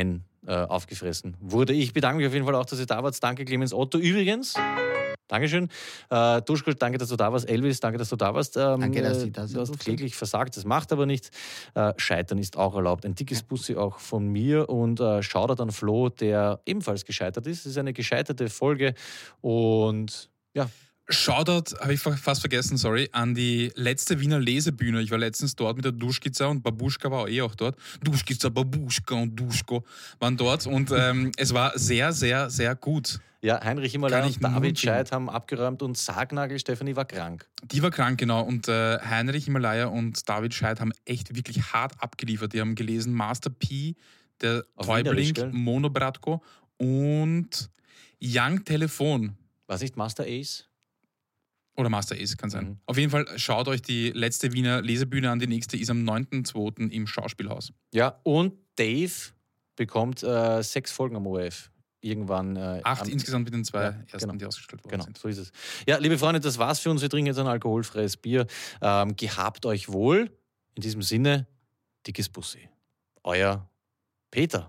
aufgefressen wurde. Ich bedanke mich auf jeden Fall auch, dass ihr da wart. Danke, Clemens Otto. Übrigens, Dankeschön. Duschko, danke, dass du da warst. Elvis, danke, dass du da warst. Danke, dass ich da sein Du hast durfte. kläglich versagt, das macht aber nichts. Scheitern ist auch erlaubt. Ein dickes Bussi auch von mir und Shoutout an Flo, der ebenfalls gescheitert ist. Es ist eine gescheiterte Folge und ja. Shoutout, habe ich fast vergessen, sorry, an die letzte Wiener Lesebühne. Ich war letztens dort mit der Duschkiza und Babuschka war auch dort. Duschkiza, Babuschka und Duschko waren dort und es war sehr, sehr, sehr gut. Ja, Heinrich Himalaya Kann ich und nur David empfehlen. Scheidt haben abgeräumt und Sargnagel Stefanie war krank. Die war krank, genau. Und Heinrich Himalaya und David Scheidt haben echt wirklich hart abgeliefert. Die haben gelesen Master P, der Auf Täubling, Wienerisch, gell? Mono Bratko und Young Telefon. Was nicht Master Ace? Oder Master Ace, kann sein. Mhm. Auf jeden Fall schaut euch die letzte Wiener Lesebühne an. Die nächste ist am 9.2. im Schauspielhaus. Ja, und Dave bekommt 6 Folgen am ORF. Irgendwann. 8 insgesamt mit den 2 Ja, ersten, genau. die ausgestellt worden Genau, sind. so ist es. Ja, liebe Freunde, das war's für uns. Wir trinken jetzt ein alkoholfreies Bier. Gehabt euch wohl. In diesem Sinne, dickes Bussi. Euer Peter.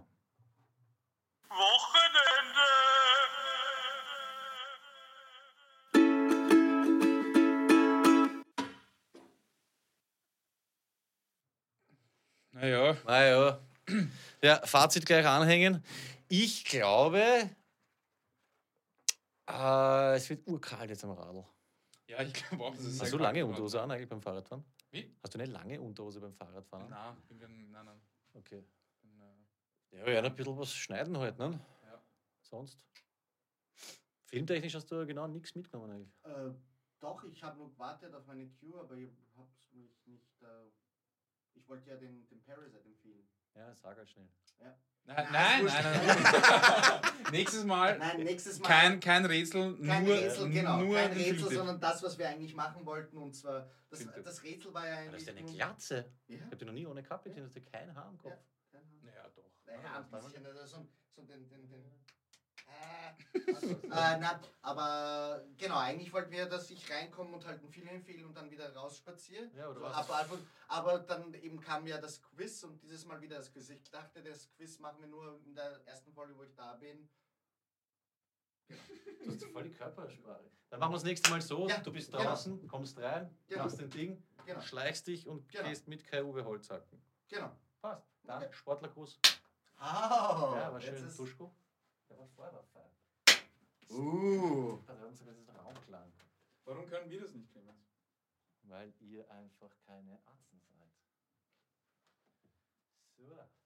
Naja, Naja. Ja, Fazit gleich anhängen. Ich glaube, es wird urkalt jetzt am Radl. ja, ich glaube auch, das ist Hast du lange Unterhose an eigentlich beim Fahrradfahren? Wie? Hast du eine lange Unterhose beim Fahrradfahren? Nein. Okay. Ja, wir werden ein bisschen was schneiden heute, ne? Ja. Sonst? Filmtechnisch hast du genau nichts mitgenommen eigentlich. Doch, ich habe nur gewartet auf meine Cue, aber ich habe mich nicht. Ich wollte ja den Parasite empfehlen. Ja, sag halt schnell. Nein. Nächstes Mal Nein, nächstes Mal. kein Rätsel, Kein nur, Rätsel, genau. nur Kein ein Rätsel, Filmtipp. sondern das, was wir eigentlich machen wollten. Und zwar, Filmtipp. das Rätsel war ja Das eigentlich. ist eine nur- Glatze. Ja, Ich habe dich noch nie ohne Kappe gesehen, hast du kein Haar am Kopf. Ja. kein Haar. Naja, doch. Naja, ein bisschen. Also so den. Na, aber genau, eigentlich wollten wir, dass ich reinkomme und halt einen Film empfehle und dann wieder rausspaziere. Ja, oder So, was? aber dann eben kam ja das Quiz und dieses Mal wieder das Quiz. Ich dachte, das Quiz machen wir nur in der ersten Folge, wo ich da bin. Du hast voll die Körpersprache. Dann machen wir das nächste Mal so, Ja, du bist genau. draußen, kommst rein, Genau. machst dein Ding, Genau. schleichst dich und Genau. gehst mit Kai Uwe Holzhacken. Genau. Passt. Dann Okay. Sportlergruß. Oh, Ja, war jetzt schön. ist- Duschko. Der war vorher fein. Uh. Also, das ist ein Raumklang. Warum können wir das nicht, Clemens? Weil ihr einfach keine Atzen seid. So.